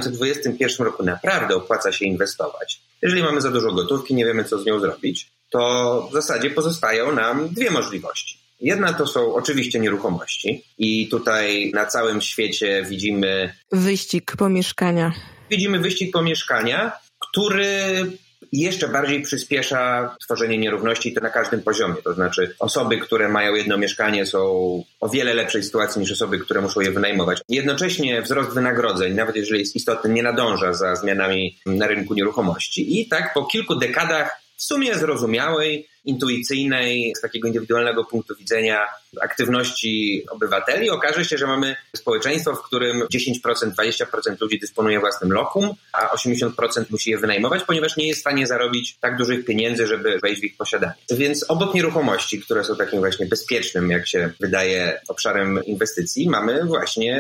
2021 roku naprawdę opłaca się inwestować, jeżeli mamy za dużo gotówki, nie wiemy, co z nią zrobić, to w zasadzie pozostają nam dwie możliwości. Jedna to są oczywiście nieruchomości i tutaj na całym świecie widzimy wyścig po mieszkania. Widzimy wyścig po mieszkania, który jeszcze bardziej przyspiesza tworzenie nierówności, to na każdym poziomie. To znaczy osoby, które mają jedno mieszkanie, są o wiele lepszej sytuacji niż osoby, które muszą je wynajmować. Jednocześnie wzrost wynagrodzeń, nawet jeżeli jest istotny, nie nadąża za zmianami na rynku nieruchomości. I tak po kilku dekadach w sumie zrozumiałej, intuicyjnej, z takiego indywidualnego punktu widzenia aktywności obywateli, okaże się, że mamy społeczeństwo, w którym 10%, 20% ludzi dysponuje własnym lokum, a 80% musi je wynajmować, ponieważ nie jest w stanie zarobić tak dużych pieniędzy, żeby wejść w ich posiadanie. Więc obok nieruchomości, które są takim właśnie bezpiecznym, jak się wydaje, obszarem inwestycji, mamy właśnie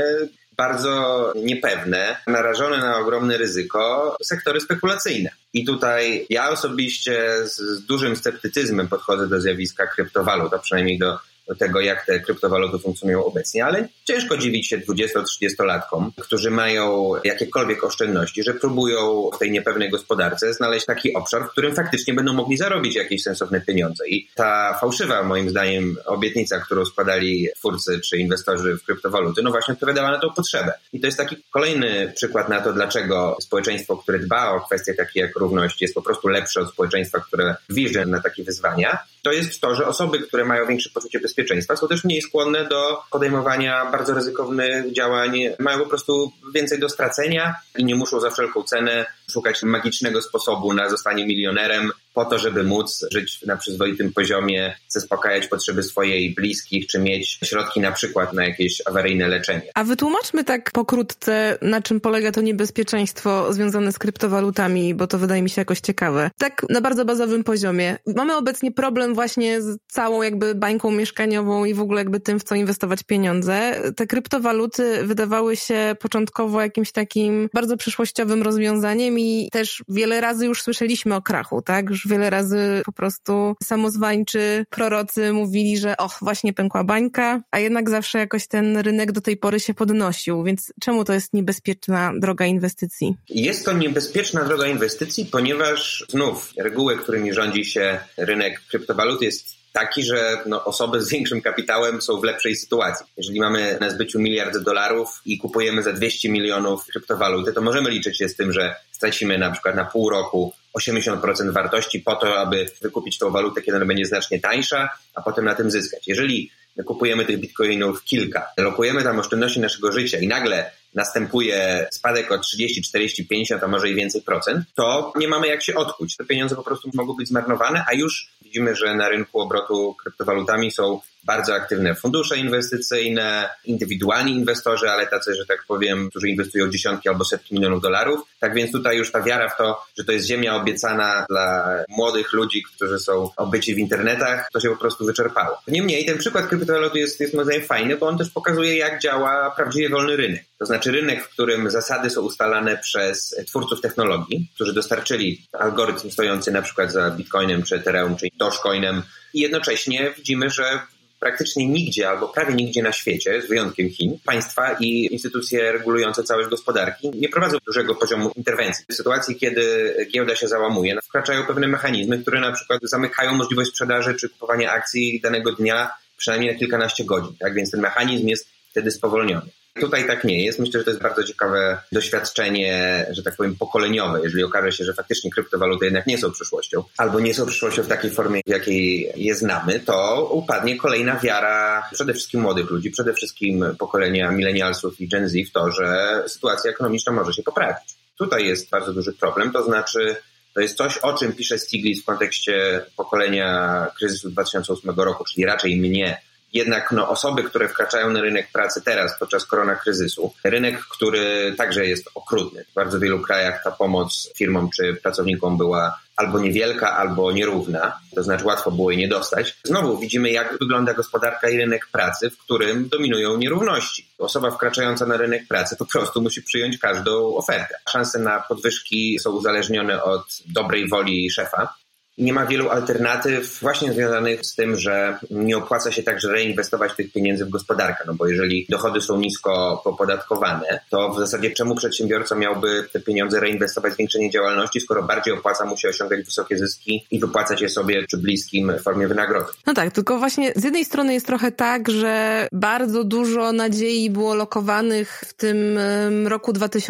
bardzo niepewne, narażone na ogromne ryzyko sektory spekulacyjne. I tutaj ja osobiście z dużym sceptycyzmem podchodzę do zjawiska kryptowalut, a przynajmniej do tego, jak te kryptowaluty funkcjonują obecnie, ale ciężko dziwić się 20-30-latkom, którzy mają jakiekolwiek oszczędności, że próbują w tej niepewnej gospodarce znaleźć taki obszar, w którym faktycznie będą mogli zarobić jakieś sensowne pieniądze. I ta fałszywa, moim zdaniem, obietnica, którą składali twórcy czy inwestorzy w kryptowaluty, no właśnie odpowiadała na tą potrzebę. I to jest taki kolejny przykład na to, dlaczego społeczeństwo, które dba o kwestie takie jak równość, jest po prostu lepsze od społeczeństwa, które gwizdże na takie wyzwania. To jest to, że osoby, które mają większe poczucie bezpieczeństwa, są też mniej skłonne do podejmowania bardzo ryzykownych działań, mają po prostu więcej do stracenia i nie muszą za wszelką cenę szukać magicznego sposobu na zostanie milionerem po to, żeby móc żyć na przyzwoitym poziomie, zaspokajać potrzeby swojej bliskich, czy mieć środki na przykład na jakieś awaryjne leczenie. A wytłumaczmy tak pokrótce, na czym polega to niebezpieczeństwo związane z kryptowalutami, bo to wydaje mi się jakoś ciekawe. Tak na bardzo bazowym poziomie. Mamy obecnie problem właśnie z całą jakby bańką mieszkaniową i w ogóle jakby tym, w co inwestować pieniądze. Te kryptowaluty wydawały się początkowo jakimś takim bardzo przyszłościowym rozwiązaniem i też wiele razy już słyszeliśmy o krachu, tak? Już wiele razy po prostu samozwańczy prorocy mówili, że właśnie pękła bańka, a jednak zawsze jakoś ten rynek do tej pory się podnosił, więc czemu to jest niebezpieczna droga inwestycji? Jest to niebezpieczna droga inwestycji, ponieważ znów reguły, którymi rządzi się rynek kryptowalut jest taki, że osoby z większym kapitałem są w lepszej sytuacji. Jeżeli mamy na zbyciu $1 miliard i kupujemy za 200 milionów kryptowaluty, to możemy liczyć się z tym, że stracimy na przykład na pół roku 80% wartości po to, aby wykupić tą walutę, kiedy ona będzie znacznie tańsza, a potem na tym zyskać. Jeżeli kupujemy tych bitcoinów kilka, lokujemy tam oszczędności naszego życia i nagle następuje spadek o 30, 40, 50, a może i więcej procent, to nie mamy jak się odkuć. Te pieniądze po prostu mogą być zmarnowane, a już widzimy, że na rynku obrotu kryptowalutami są bardzo aktywne fundusze inwestycyjne, indywidualni inwestorzy, ale tacy, że tak powiem, którzy inwestują dziesiątki albo setki milionów dolarów. Tak więc tutaj już ta wiara w to, że to jest ziemia obiecana dla młodych ludzi, którzy są obyci w internetach, to się po prostu wyczerpało. Niemniej ten przykład kryptowaluty jest moim zdaniem fajny, bo on też pokazuje, jak działa prawdziwie wolny rynek. To znaczy rynek, w którym zasady są ustalane przez twórców technologii, którzy dostarczyli algorytm stojący na przykład za Bitcoinem czy Ethereum czy Dogecoinem i jednocześnie widzimy, że praktycznie nigdzie albo prawie nigdzie na świecie, z wyjątkiem Chin, państwa i instytucje regulujące całe gospodarki nie prowadzą dużego poziomu interwencji. W sytuacji, kiedy giełda się załamuje, wkraczają pewne mechanizmy, które na przykład zamykają możliwość sprzedaży czy kupowania akcji danego dnia przynajmniej na kilkanaście godzin. Tak więc ten mechanizm jest wtedy spowolniony. Tutaj tak nie jest. Myślę, że to jest bardzo ciekawe doświadczenie, że tak powiem, pokoleniowe. Jeżeli okaże się, że faktycznie kryptowaluty jednak nie są przyszłością, albo nie są przyszłością w takiej formie, w jakiej je znamy, to upadnie kolejna wiara przede wszystkim młodych ludzi, przede wszystkim pokolenia milenialsów i Gen Z w to, że sytuacja ekonomiczna może się poprawić. Tutaj jest bardzo duży problem, to znaczy to jest coś, o czym pisze Stiglitz w kontekście pokolenia kryzysu 2008 roku, czyli raczej mnie, Jednak osoby, które wkraczają na rynek pracy teraz podczas koronakryzysu, rynek, który także jest okrutny. W bardzo wielu krajach ta pomoc firmom czy pracownikom była albo niewielka, albo nierówna, to znaczy łatwo było jej nie dostać. Znowu widzimy, jak wygląda gospodarka i rynek pracy, w którym dominują nierówności. Osoba wkraczająca na rynek pracy po prostu musi przyjąć każdą ofertę. Szanse na podwyżki są uzależnione od dobrej woli szefa. Nie ma wielu alternatyw właśnie związanych z tym, że nie opłaca się także reinwestować tych pieniędzy w gospodarkę, bo jeżeli dochody są nisko opodatkowane, to w zasadzie czemu przedsiębiorca miałby te pieniądze reinwestować w zwiększenie działalności, skoro bardziej opłaca mu się osiągać wysokie zyski i wypłacać je sobie czy bliskim w formie wynagrodzeń. No tak, tylko właśnie z jednej strony jest trochę tak, że bardzo dużo nadziei było lokowanych w tym roku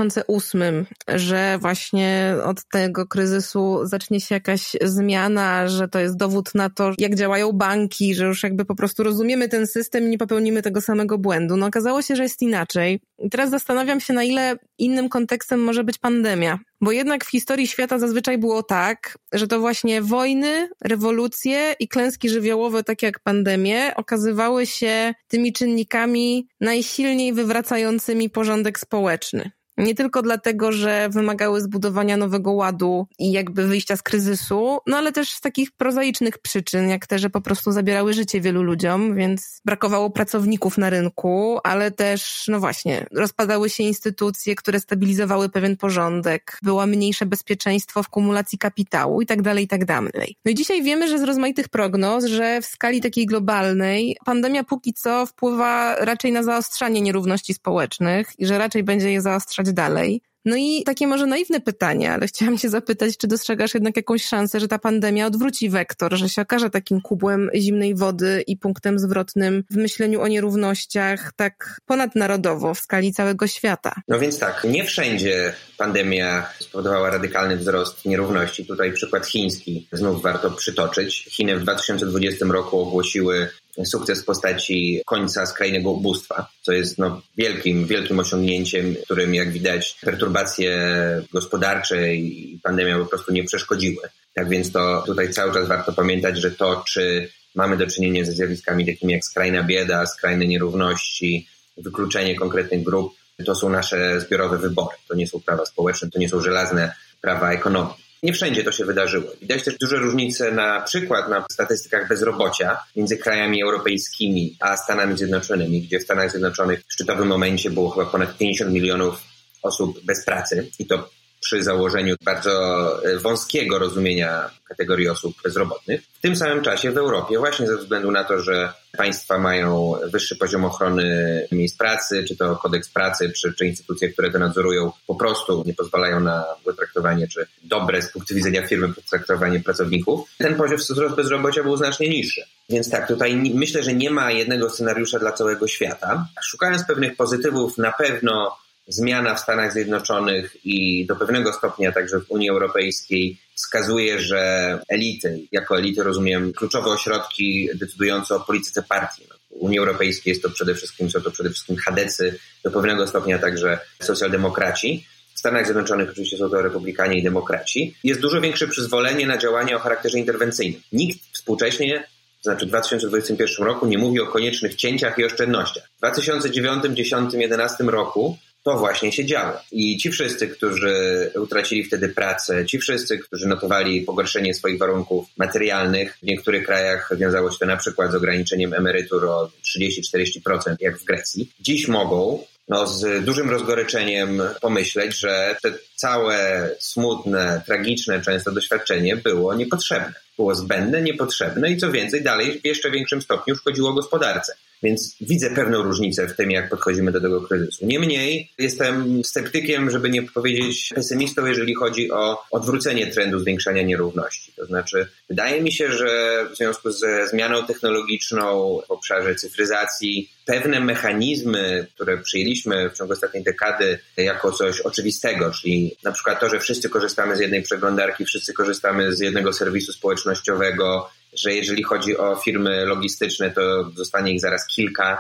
2008, że właśnie od tego kryzysu zacznie się jakaś zmiana, że to jest dowód na to, jak działają banki, że już jakby po prostu rozumiemy ten system i nie popełnimy tego samego błędu. Okazało się, że jest inaczej. I teraz zastanawiam się, na ile innym kontekstem może być pandemia. Bo jednak w historii świata zazwyczaj było tak, że to właśnie wojny, rewolucje i klęski żywiołowe, takie jak pandemie, okazywały się tymi czynnikami najsilniej wywracającymi porządek społeczny. Nie tylko dlatego, że wymagały zbudowania nowego ładu i jakby wyjścia z kryzysu, ale też z takich prozaicznych przyczyn, jak te, że po prostu zabierały życie wielu ludziom, więc brakowało pracowników na rynku, ale też, właśnie, rozpadały się instytucje, które stabilizowały pewien porządek, było mniejsze bezpieczeństwo w kumulacji kapitału i tak dalej, i tak dalej. I dzisiaj wiemy, że z rozmaitych prognoz, że w skali takiej globalnej pandemia póki co wpływa raczej na zaostrzanie nierówności społecznych i że raczej będzie je zaostrzać dalej. I takie może naiwne pytanie, ale chciałam cię zapytać, czy dostrzegasz jednak jakąś szansę, że ta pandemia odwróci wektor, że się okaże takim kubłem zimnej wody i punktem zwrotnym w myśleniu o nierównościach tak ponadnarodowo w skali całego świata? Więc tak, nie wszędzie pandemia spowodowała radykalny wzrost nierówności. Tutaj przykład chiński znów warto przytoczyć. Chiny w 2020 roku ogłosiły sukces w postaci końca skrajnego ubóstwa, co jest wielkim osiągnięciem, którym jak widać perturbacje gospodarcze i pandemia po prostu nie przeszkodziły. Tak więc to tutaj cały czas warto pamiętać, że to, czy mamy do czynienia ze zjawiskami takimi jak skrajna bieda, skrajne nierówności, wykluczenie konkretnych grup, to są nasze zbiorowe wybory. To nie są prawa społeczne, to nie są żelazne prawa ekonomii. Nie wszędzie to się wydarzyło. Widać też duże różnice na przykład na statystykach bezrobocia między krajami europejskimi a Stanami Zjednoczonymi, gdzie w Stanach Zjednoczonych w szczytowym momencie było chyba ponad 50 milionów osób bez pracy i to przy założeniu bardzo wąskiego rozumienia kategorii osób bezrobotnych. W tym samym czasie w Europie, właśnie ze względu na to, że państwa mają wyższy poziom ochrony miejsc pracy, czy to kodeks pracy, czy instytucje, które to nadzorują, po prostu nie pozwalają na potraktowanie, czy dobre z punktu widzenia firmy potraktowanie pracowników, ten poziom wzrostu bezrobocia był znacznie niższy. Więc tak, tutaj myślę, że nie ma jednego scenariusza dla całego świata. Szukając pewnych pozytywów, na pewno zmiana w Stanach Zjednoczonych i do pewnego stopnia także w Unii Europejskiej wskazuje, że elity, jako elity rozumiem kluczowe ośrodki decydujące o polityce partii. W Unii Europejskiej są to przede wszystkim chadecy, do pewnego stopnia także socjaldemokraci. W Stanach Zjednoczonych oczywiście są to republikanie i demokraci. Jest dużo większe przyzwolenie na działania o charakterze interwencyjnym. Nikt współcześnie, to znaczy w 2021 roku, nie mówi o koniecznych cięciach i oszczędnościach. W 2009, 2010, 2011 roku to właśnie się działo. I ci wszyscy, którzy utracili wtedy pracę, ci wszyscy, którzy notowali pogorszenie swoich warunków materialnych, w niektórych krajach wiązało się to na przykład z ograniczeniem emerytur o 30-40%, jak w Grecji, dziś mogą z dużym rozgoryczeniem pomyśleć, że te całe smutne, tragiczne często doświadczenie było niepotrzebne. Było zbędne, niepotrzebne i co więcej, dalej w jeszcze większym stopniu szkodziło gospodarce. Więc widzę pewną różnicę w tym, jak podchodzimy do tego kryzysu. Niemniej jestem sceptykiem, żeby nie powiedzieć pesymistą, jeżeli chodzi o odwrócenie trendu zwiększania nierówności. To znaczy, wydaje mi się, że w związku ze zmianą technologiczną w obszarze cyfryzacji pewne mechanizmy, które przyjęliśmy w ciągu ostatniej dekady jako coś oczywistego, czyli na przykład to, że wszyscy korzystamy z jednej przeglądarki, wszyscy korzystamy z jednego serwisu społecznościowego, że jeżeli chodzi o firmy logistyczne, to zostanie ich zaraz kilka.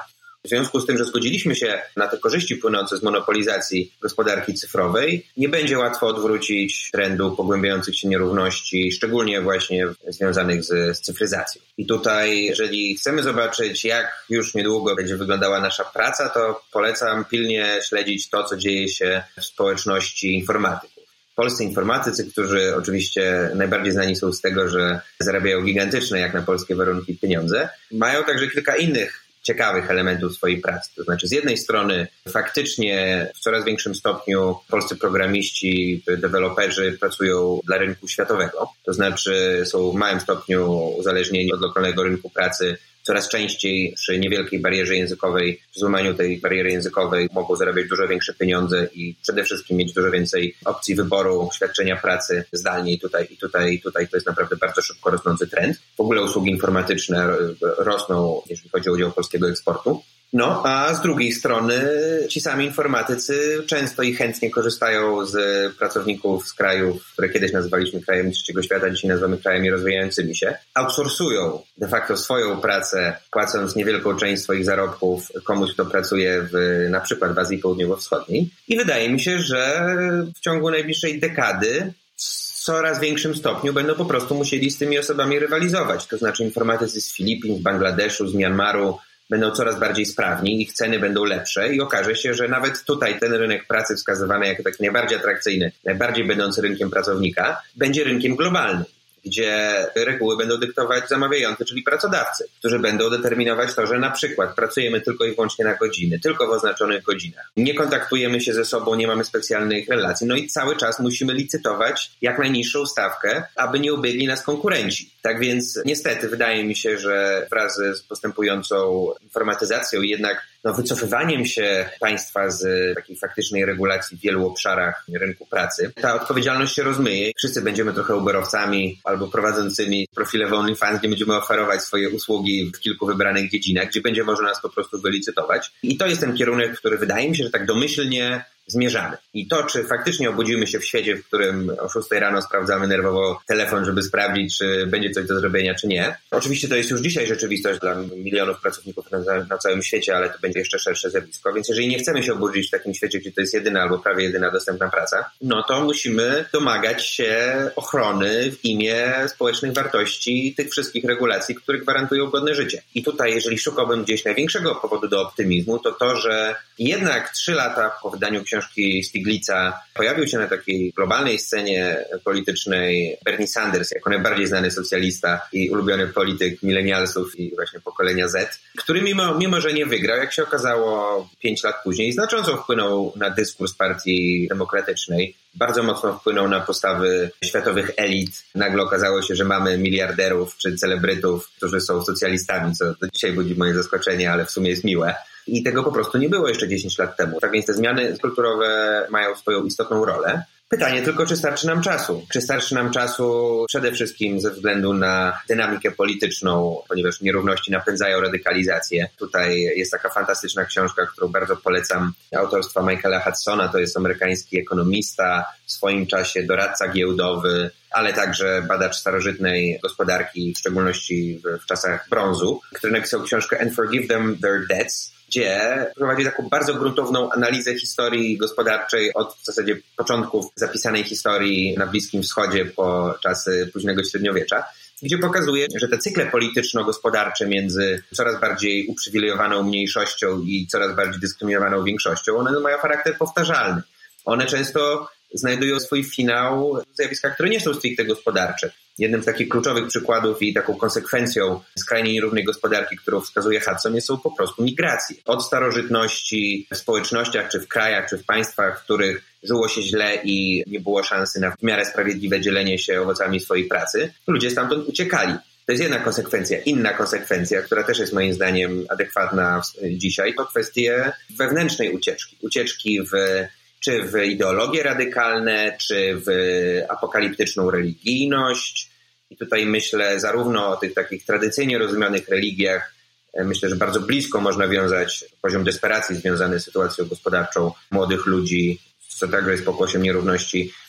W związku z tym, że zgodziliśmy się na te korzyści płynące z monopolizacji gospodarki cyfrowej, nie będzie łatwo odwrócić trendu pogłębiających się nierówności, szczególnie właśnie związanych z cyfryzacją. I tutaj, jeżeli chcemy zobaczyć, jak już niedługo będzie wyglądała nasza praca, to polecam pilnie śledzić to, co dzieje się w społeczności informatyków. Polscy informatycy, którzy oczywiście najbardziej znani są z tego, że zarabiają gigantyczne jak na polskie warunki pieniądze, mają także kilka innych ciekawych elementów swojej pracy. To znaczy z jednej strony faktycznie w coraz większym stopniu polscy programiści, deweloperzy pracują dla rynku światowego. To znaczy są w małym stopniu uzależnieni od lokalnego rynku pracy. Coraz częściej przy niewielkiej barierze językowej, przy złamaniu tej bariery językowej mogą zarabiać dużo większe pieniądze i przede wszystkim mieć dużo więcej opcji wyboru świadczenia pracy zdalnie i tutaj to jest naprawdę bardzo szybko rosnący trend. W ogóle usługi informatyczne rosną, jeżeli chodzi o udział polskiego eksportu. No, a z drugiej strony ci sami informatycy często i chętnie korzystają z pracowników z krajów, które kiedyś nazywaliśmy krajami trzeciego świata, dzisiaj nazywamy krajami rozwijającymi się. Outsourcują de facto swoją pracę, płacąc niewielką część swoich zarobków komuś, kto pracuje na przykład w Azji Południowo-Wschodniej. I wydaje mi się, że w ciągu najbliższej dekady w coraz większym stopniu będą po prostu musieli z tymi osobami rywalizować. To znaczy informatycy z Filipin, z Bangladeszu, z Myanmaru będą coraz bardziej sprawni, ich ceny będą lepsze i okaże się, że nawet tutaj ten rynek pracy wskazywany jako taki najbardziej atrakcyjny, najbardziej będący rynkiem pracownika, będzie rynkiem globalnym, gdzie reguły będą dyktować zamawiający, czyli pracodawcy, którzy będą determinować to, że na przykład pracujemy tylko i wyłącznie na godziny, tylko w oznaczonych godzinach. Nie kontaktujemy się ze sobą, nie mamy specjalnych relacji, no i cały czas musimy licytować jak najniższą stawkę, aby nie ubiegli nas konkurenci. Tak więc niestety wydaje mi się, że wraz z postępującą informatyzacją i jednak wycofywaniem się państwa z takiej faktycznej regulacji w wielu obszarach rynku pracy, ta odpowiedzialność się rozmyje. Wszyscy będziemy trochę uberowcami albo prowadzącymi profile w OnlyFans, gdzie będziemy oferować swoje usługi w kilku wybranych dziedzinach, gdzie będzie można nas po prostu wylicytować. I to jest ten kierunek, w który wydaje mi się, że tak domyślnie zmierzamy. I to, czy faktycznie obudzimy się w świecie, w którym o 6 rano sprawdzamy nerwowo telefon, żeby sprawdzić, czy będzie coś do zrobienia, czy nie. Oczywiście to jest już dzisiaj rzeczywistość dla milionów pracowników na całym świecie, ale to będzie jeszcze szersze zjawisko. Więc jeżeli nie chcemy się obudzić w takim świecie, gdzie to jest jedyna albo prawie jedyna dostępna praca, no to musimy domagać się ochrony w imię społecznych wartości tych wszystkich regulacji, które gwarantują godne życie. I tutaj, jeżeli szukałbym gdzieś największego powodu do optymizmu, to że jednak 3 lata po wydaniu książki Stiglitza pojawił się na takiej globalnej scenie politycznej Bernie Sanders jako najbardziej znany socjalista i ulubiony polityk milenialsów i właśnie pokolenia Z, który mimo że nie wygrał, jak się okazało 5 lat później, znacząco wpłynął na dyskurs Partii Demokratycznej, bardzo mocno wpłynął na postawy światowych elit. Nagle okazało się, że mamy miliarderów czy celebrytów, którzy są socjalistami, co do dzisiaj budzi moje zaskoczenie, ale w sumie jest miłe. I tego po prostu nie było jeszcze 10 lat temu. Tak więc te zmiany kulturowe mają swoją istotną rolę. Pytanie tylko, czy starczy nam czasu? Czy starczy nam czasu przede wszystkim ze względu na dynamikę polityczną, ponieważ nierówności napędzają radykalizację. Tutaj jest taka fantastyczna książka, którą bardzo polecam, autorstwa Michaela Hudsona. To jest amerykański ekonomista, w swoim czasie doradca giełdowy, ale także badacz starożytnej gospodarki, w szczególności w czasach brązu, który napisał książkę And Forgive Them Their Debts, gdzie prowadzi taką bardzo gruntowną analizę historii gospodarczej od w zasadzie początków zapisanej historii na Bliskim Wschodzie po czasy późnego średniowiecza, gdzie pokazuje, że te cykle polityczno-gospodarcze między coraz bardziej uprzywilejowaną mniejszością i coraz bardziej dyskryminowaną większością, one mają charakter powtarzalny. One często znajdują swój finał w zjawiskach, które nie są stricte gospodarcze. Jednym z takich kluczowych przykładów i taką konsekwencją skrajnie nierównej gospodarki, którą wskazuje Hudson, są po prostu migracje. Od starożytności w społecznościach, czy w krajach, czy w państwach, w których żyło się źle i nie było szansy na w miarę sprawiedliwe dzielenie się owocami swojej pracy, ludzie stamtąd uciekali. To jest jedna konsekwencja. Inna konsekwencja, która też jest moim zdaniem adekwatna dzisiaj, to kwestie wewnętrznej ucieczki. Ucieczki czy w ideologie radykalne, czy w apokaliptyczną religijność. I tutaj myślę zarówno o tych takich tradycyjnie rozumianych religiach, myślę, że bardzo blisko można wiązać poziom desperacji związany z sytuacją gospodarczą młodych ludzi, co także jest pokłosiem nierówności,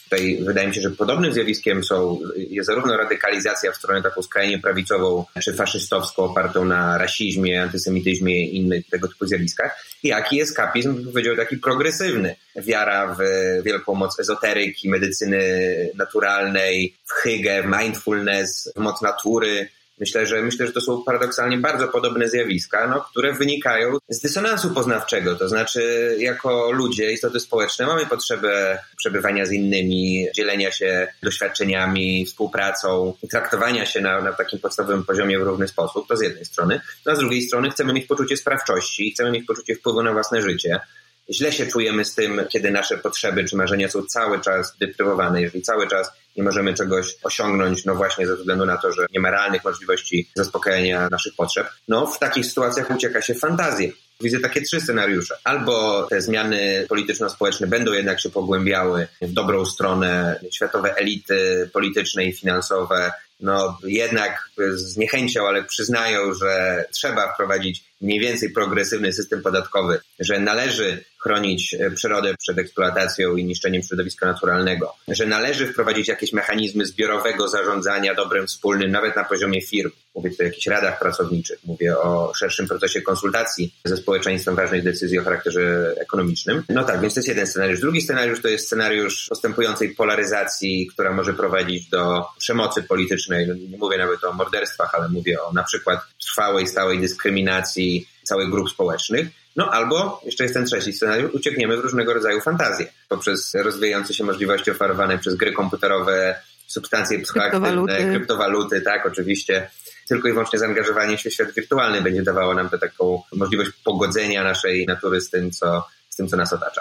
Tutaj wydaje mi się, że podobnym zjawiskiem jest zarówno radykalizacja w stronę taką skrajnie prawicową czy faszystowską, opartą na rasizmie, antysemityzmie i innych tego typu zjawiskach, jak i eskapizm, bym powiedział, taki progresywny. Wiara w wielką moc ezoteryki, medycyny naturalnej, w hygge, w mindfulness, w moc natury. Myślę, że to są paradoksalnie bardzo podobne zjawiska, które wynikają z dysonansu poznawczego. To znaczy, jako ludzie, istoty społeczne, mamy potrzebę przebywania z innymi, dzielenia się doświadczeniami, współpracą, traktowania się na takim podstawowym poziomie w równy sposób. To z jednej strony. A z drugiej strony chcemy mieć poczucie sprawczości, chcemy mieć poczucie wpływu na własne życie. Źle się czujemy z tym, kiedy nasze potrzeby czy marzenia są cały czas deprywowane, jeżeli cały czas nie możemy czegoś osiągnąć, właśnie ze względu na to, że nie ma realnych możliwości zaspokojenia naszych potrzeb. W takich sytuacjach ucieka się fantazję. Widzę takie 3 scenariusze. Albo te zmiany polityczno-społeczne będą jednak się pogłębiały w dobrą stronę, światowe elity polityczne i finansowe jednak z niechęcią, ale przyznają, że trzeba wprowadzić mniej więcej progresywny system podatkowy, że należy chronić przyrodę przed eksploatacją i niszczeniem środowiska naturalnego, że należy wprowadzić jakieś mechanizmy zbiorowego zarządzania dobrem wspólnym, nawet na poziomie firm. Mówię tutaj o jakichś radach pracowniczych, mówię o szerszym procesie konsultacji ze społeczeństwem ważnych decyzji o charakterze ekonomicznym. Tak, więc to jest jeden scenariusz. Drugi scenariusz to jest scenariusz postępującej polaryzacji, która może prowadzić do przemocy politycznej. Nie mówię nawet o morderstwach, ale mówię o na przykład trwałej, stałej dyskryminacji całych grup społecznych. Albo, jeszcze jest ten trzeci scenariusz, uciekniemy w różnego rodzaju fantazje. Poprzez rozwijające się możliwości oferowane przez gry komputerowe, substancje psychoaktywne, kryptowaluty, tak, oczywiście. Tylko i wyłącznie zaangażowanie się w świat wirtualny będzie dawało nam taką możliwość pogodzenia naszej natury z tym, co nas otacza.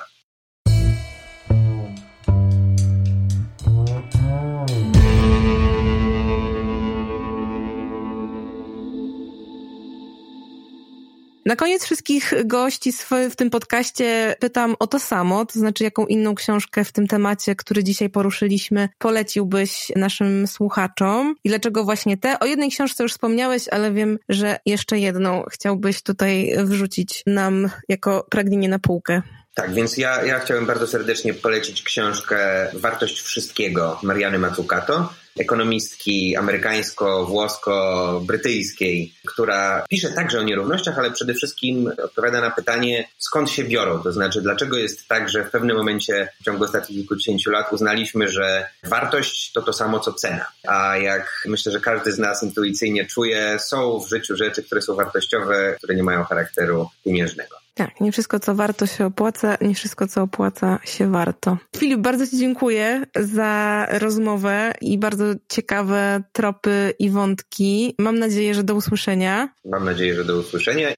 Na koniec wszystkich gości w tym podcaście pytam o to samo, to znaczy jaką inną książkę w tym temacie, który dzisiaj poruszyliśmy, poleciłbyś naszym słuchaczom i dlaczego właśnie te? O jednej książce już wspomniałeś, ale wiem, że jeszcze jedną chciałbyś tutaj wrzucić nam jako pragnienie na półkę. Tak, więc ja chciałem bardzo serdecznie polecić książkę Wartość Wszystkiego Mariany Mazzucato, ekonomistki amerykańsko-włosko-brytyjskiej, która pisze także o nierównościach, ale przede wszystkim odpowiada na pytanie, skąd się biorą. To znaczy, dlaczego jest tak, że w pewnym momencie w ciągu ostatnich kilkudziesięciu lat uznaliśmy, że wartość to samo, co cena. A jak myślę, że każdy z nas intuicyjnie czuje, są w życiu rzeczy, które są wartościowe, które nie mają charakteru pieniężnego. Tak, nie wszystko, co warto się opłaca, nie wszystko, co opłaca się warto. Filip, bardzo Ci dziękuję za rozmowę i bardzo ciekawe tropy i wątki. Mam nadzieję, że do usłyszenia. Mam nadzieję, że do usłyszenia.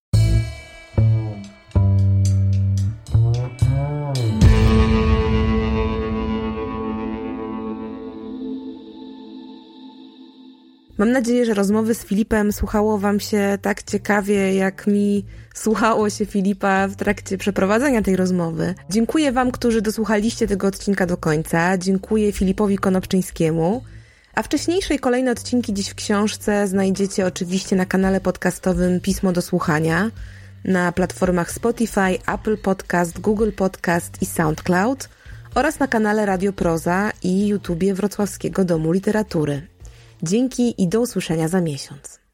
Mam nadzieję, że rozmowy z Filipem słuchało Wam się tak ciekawie, jak mi słuchało się Filipa w trakcie przeprowadzenia tej rozmowy. Dziękuję Wam, którzy dosłuchaliście tego odcinka do końca. Dziękuję Filipowi Konopczyńskiemu. A wcześniejsze i kolejne odcinki dziś w książce znajdziecie oczywiście na kanale podcastowym Pismo do Słuchania, na platformach Spotify, Apple Podcast, Google Podcast i SoundCloud oraz na kanale Radio Proza i YouTubie Wrocławskiego Domu Literatury. Dzięki i do usłyszenia za miesiąc.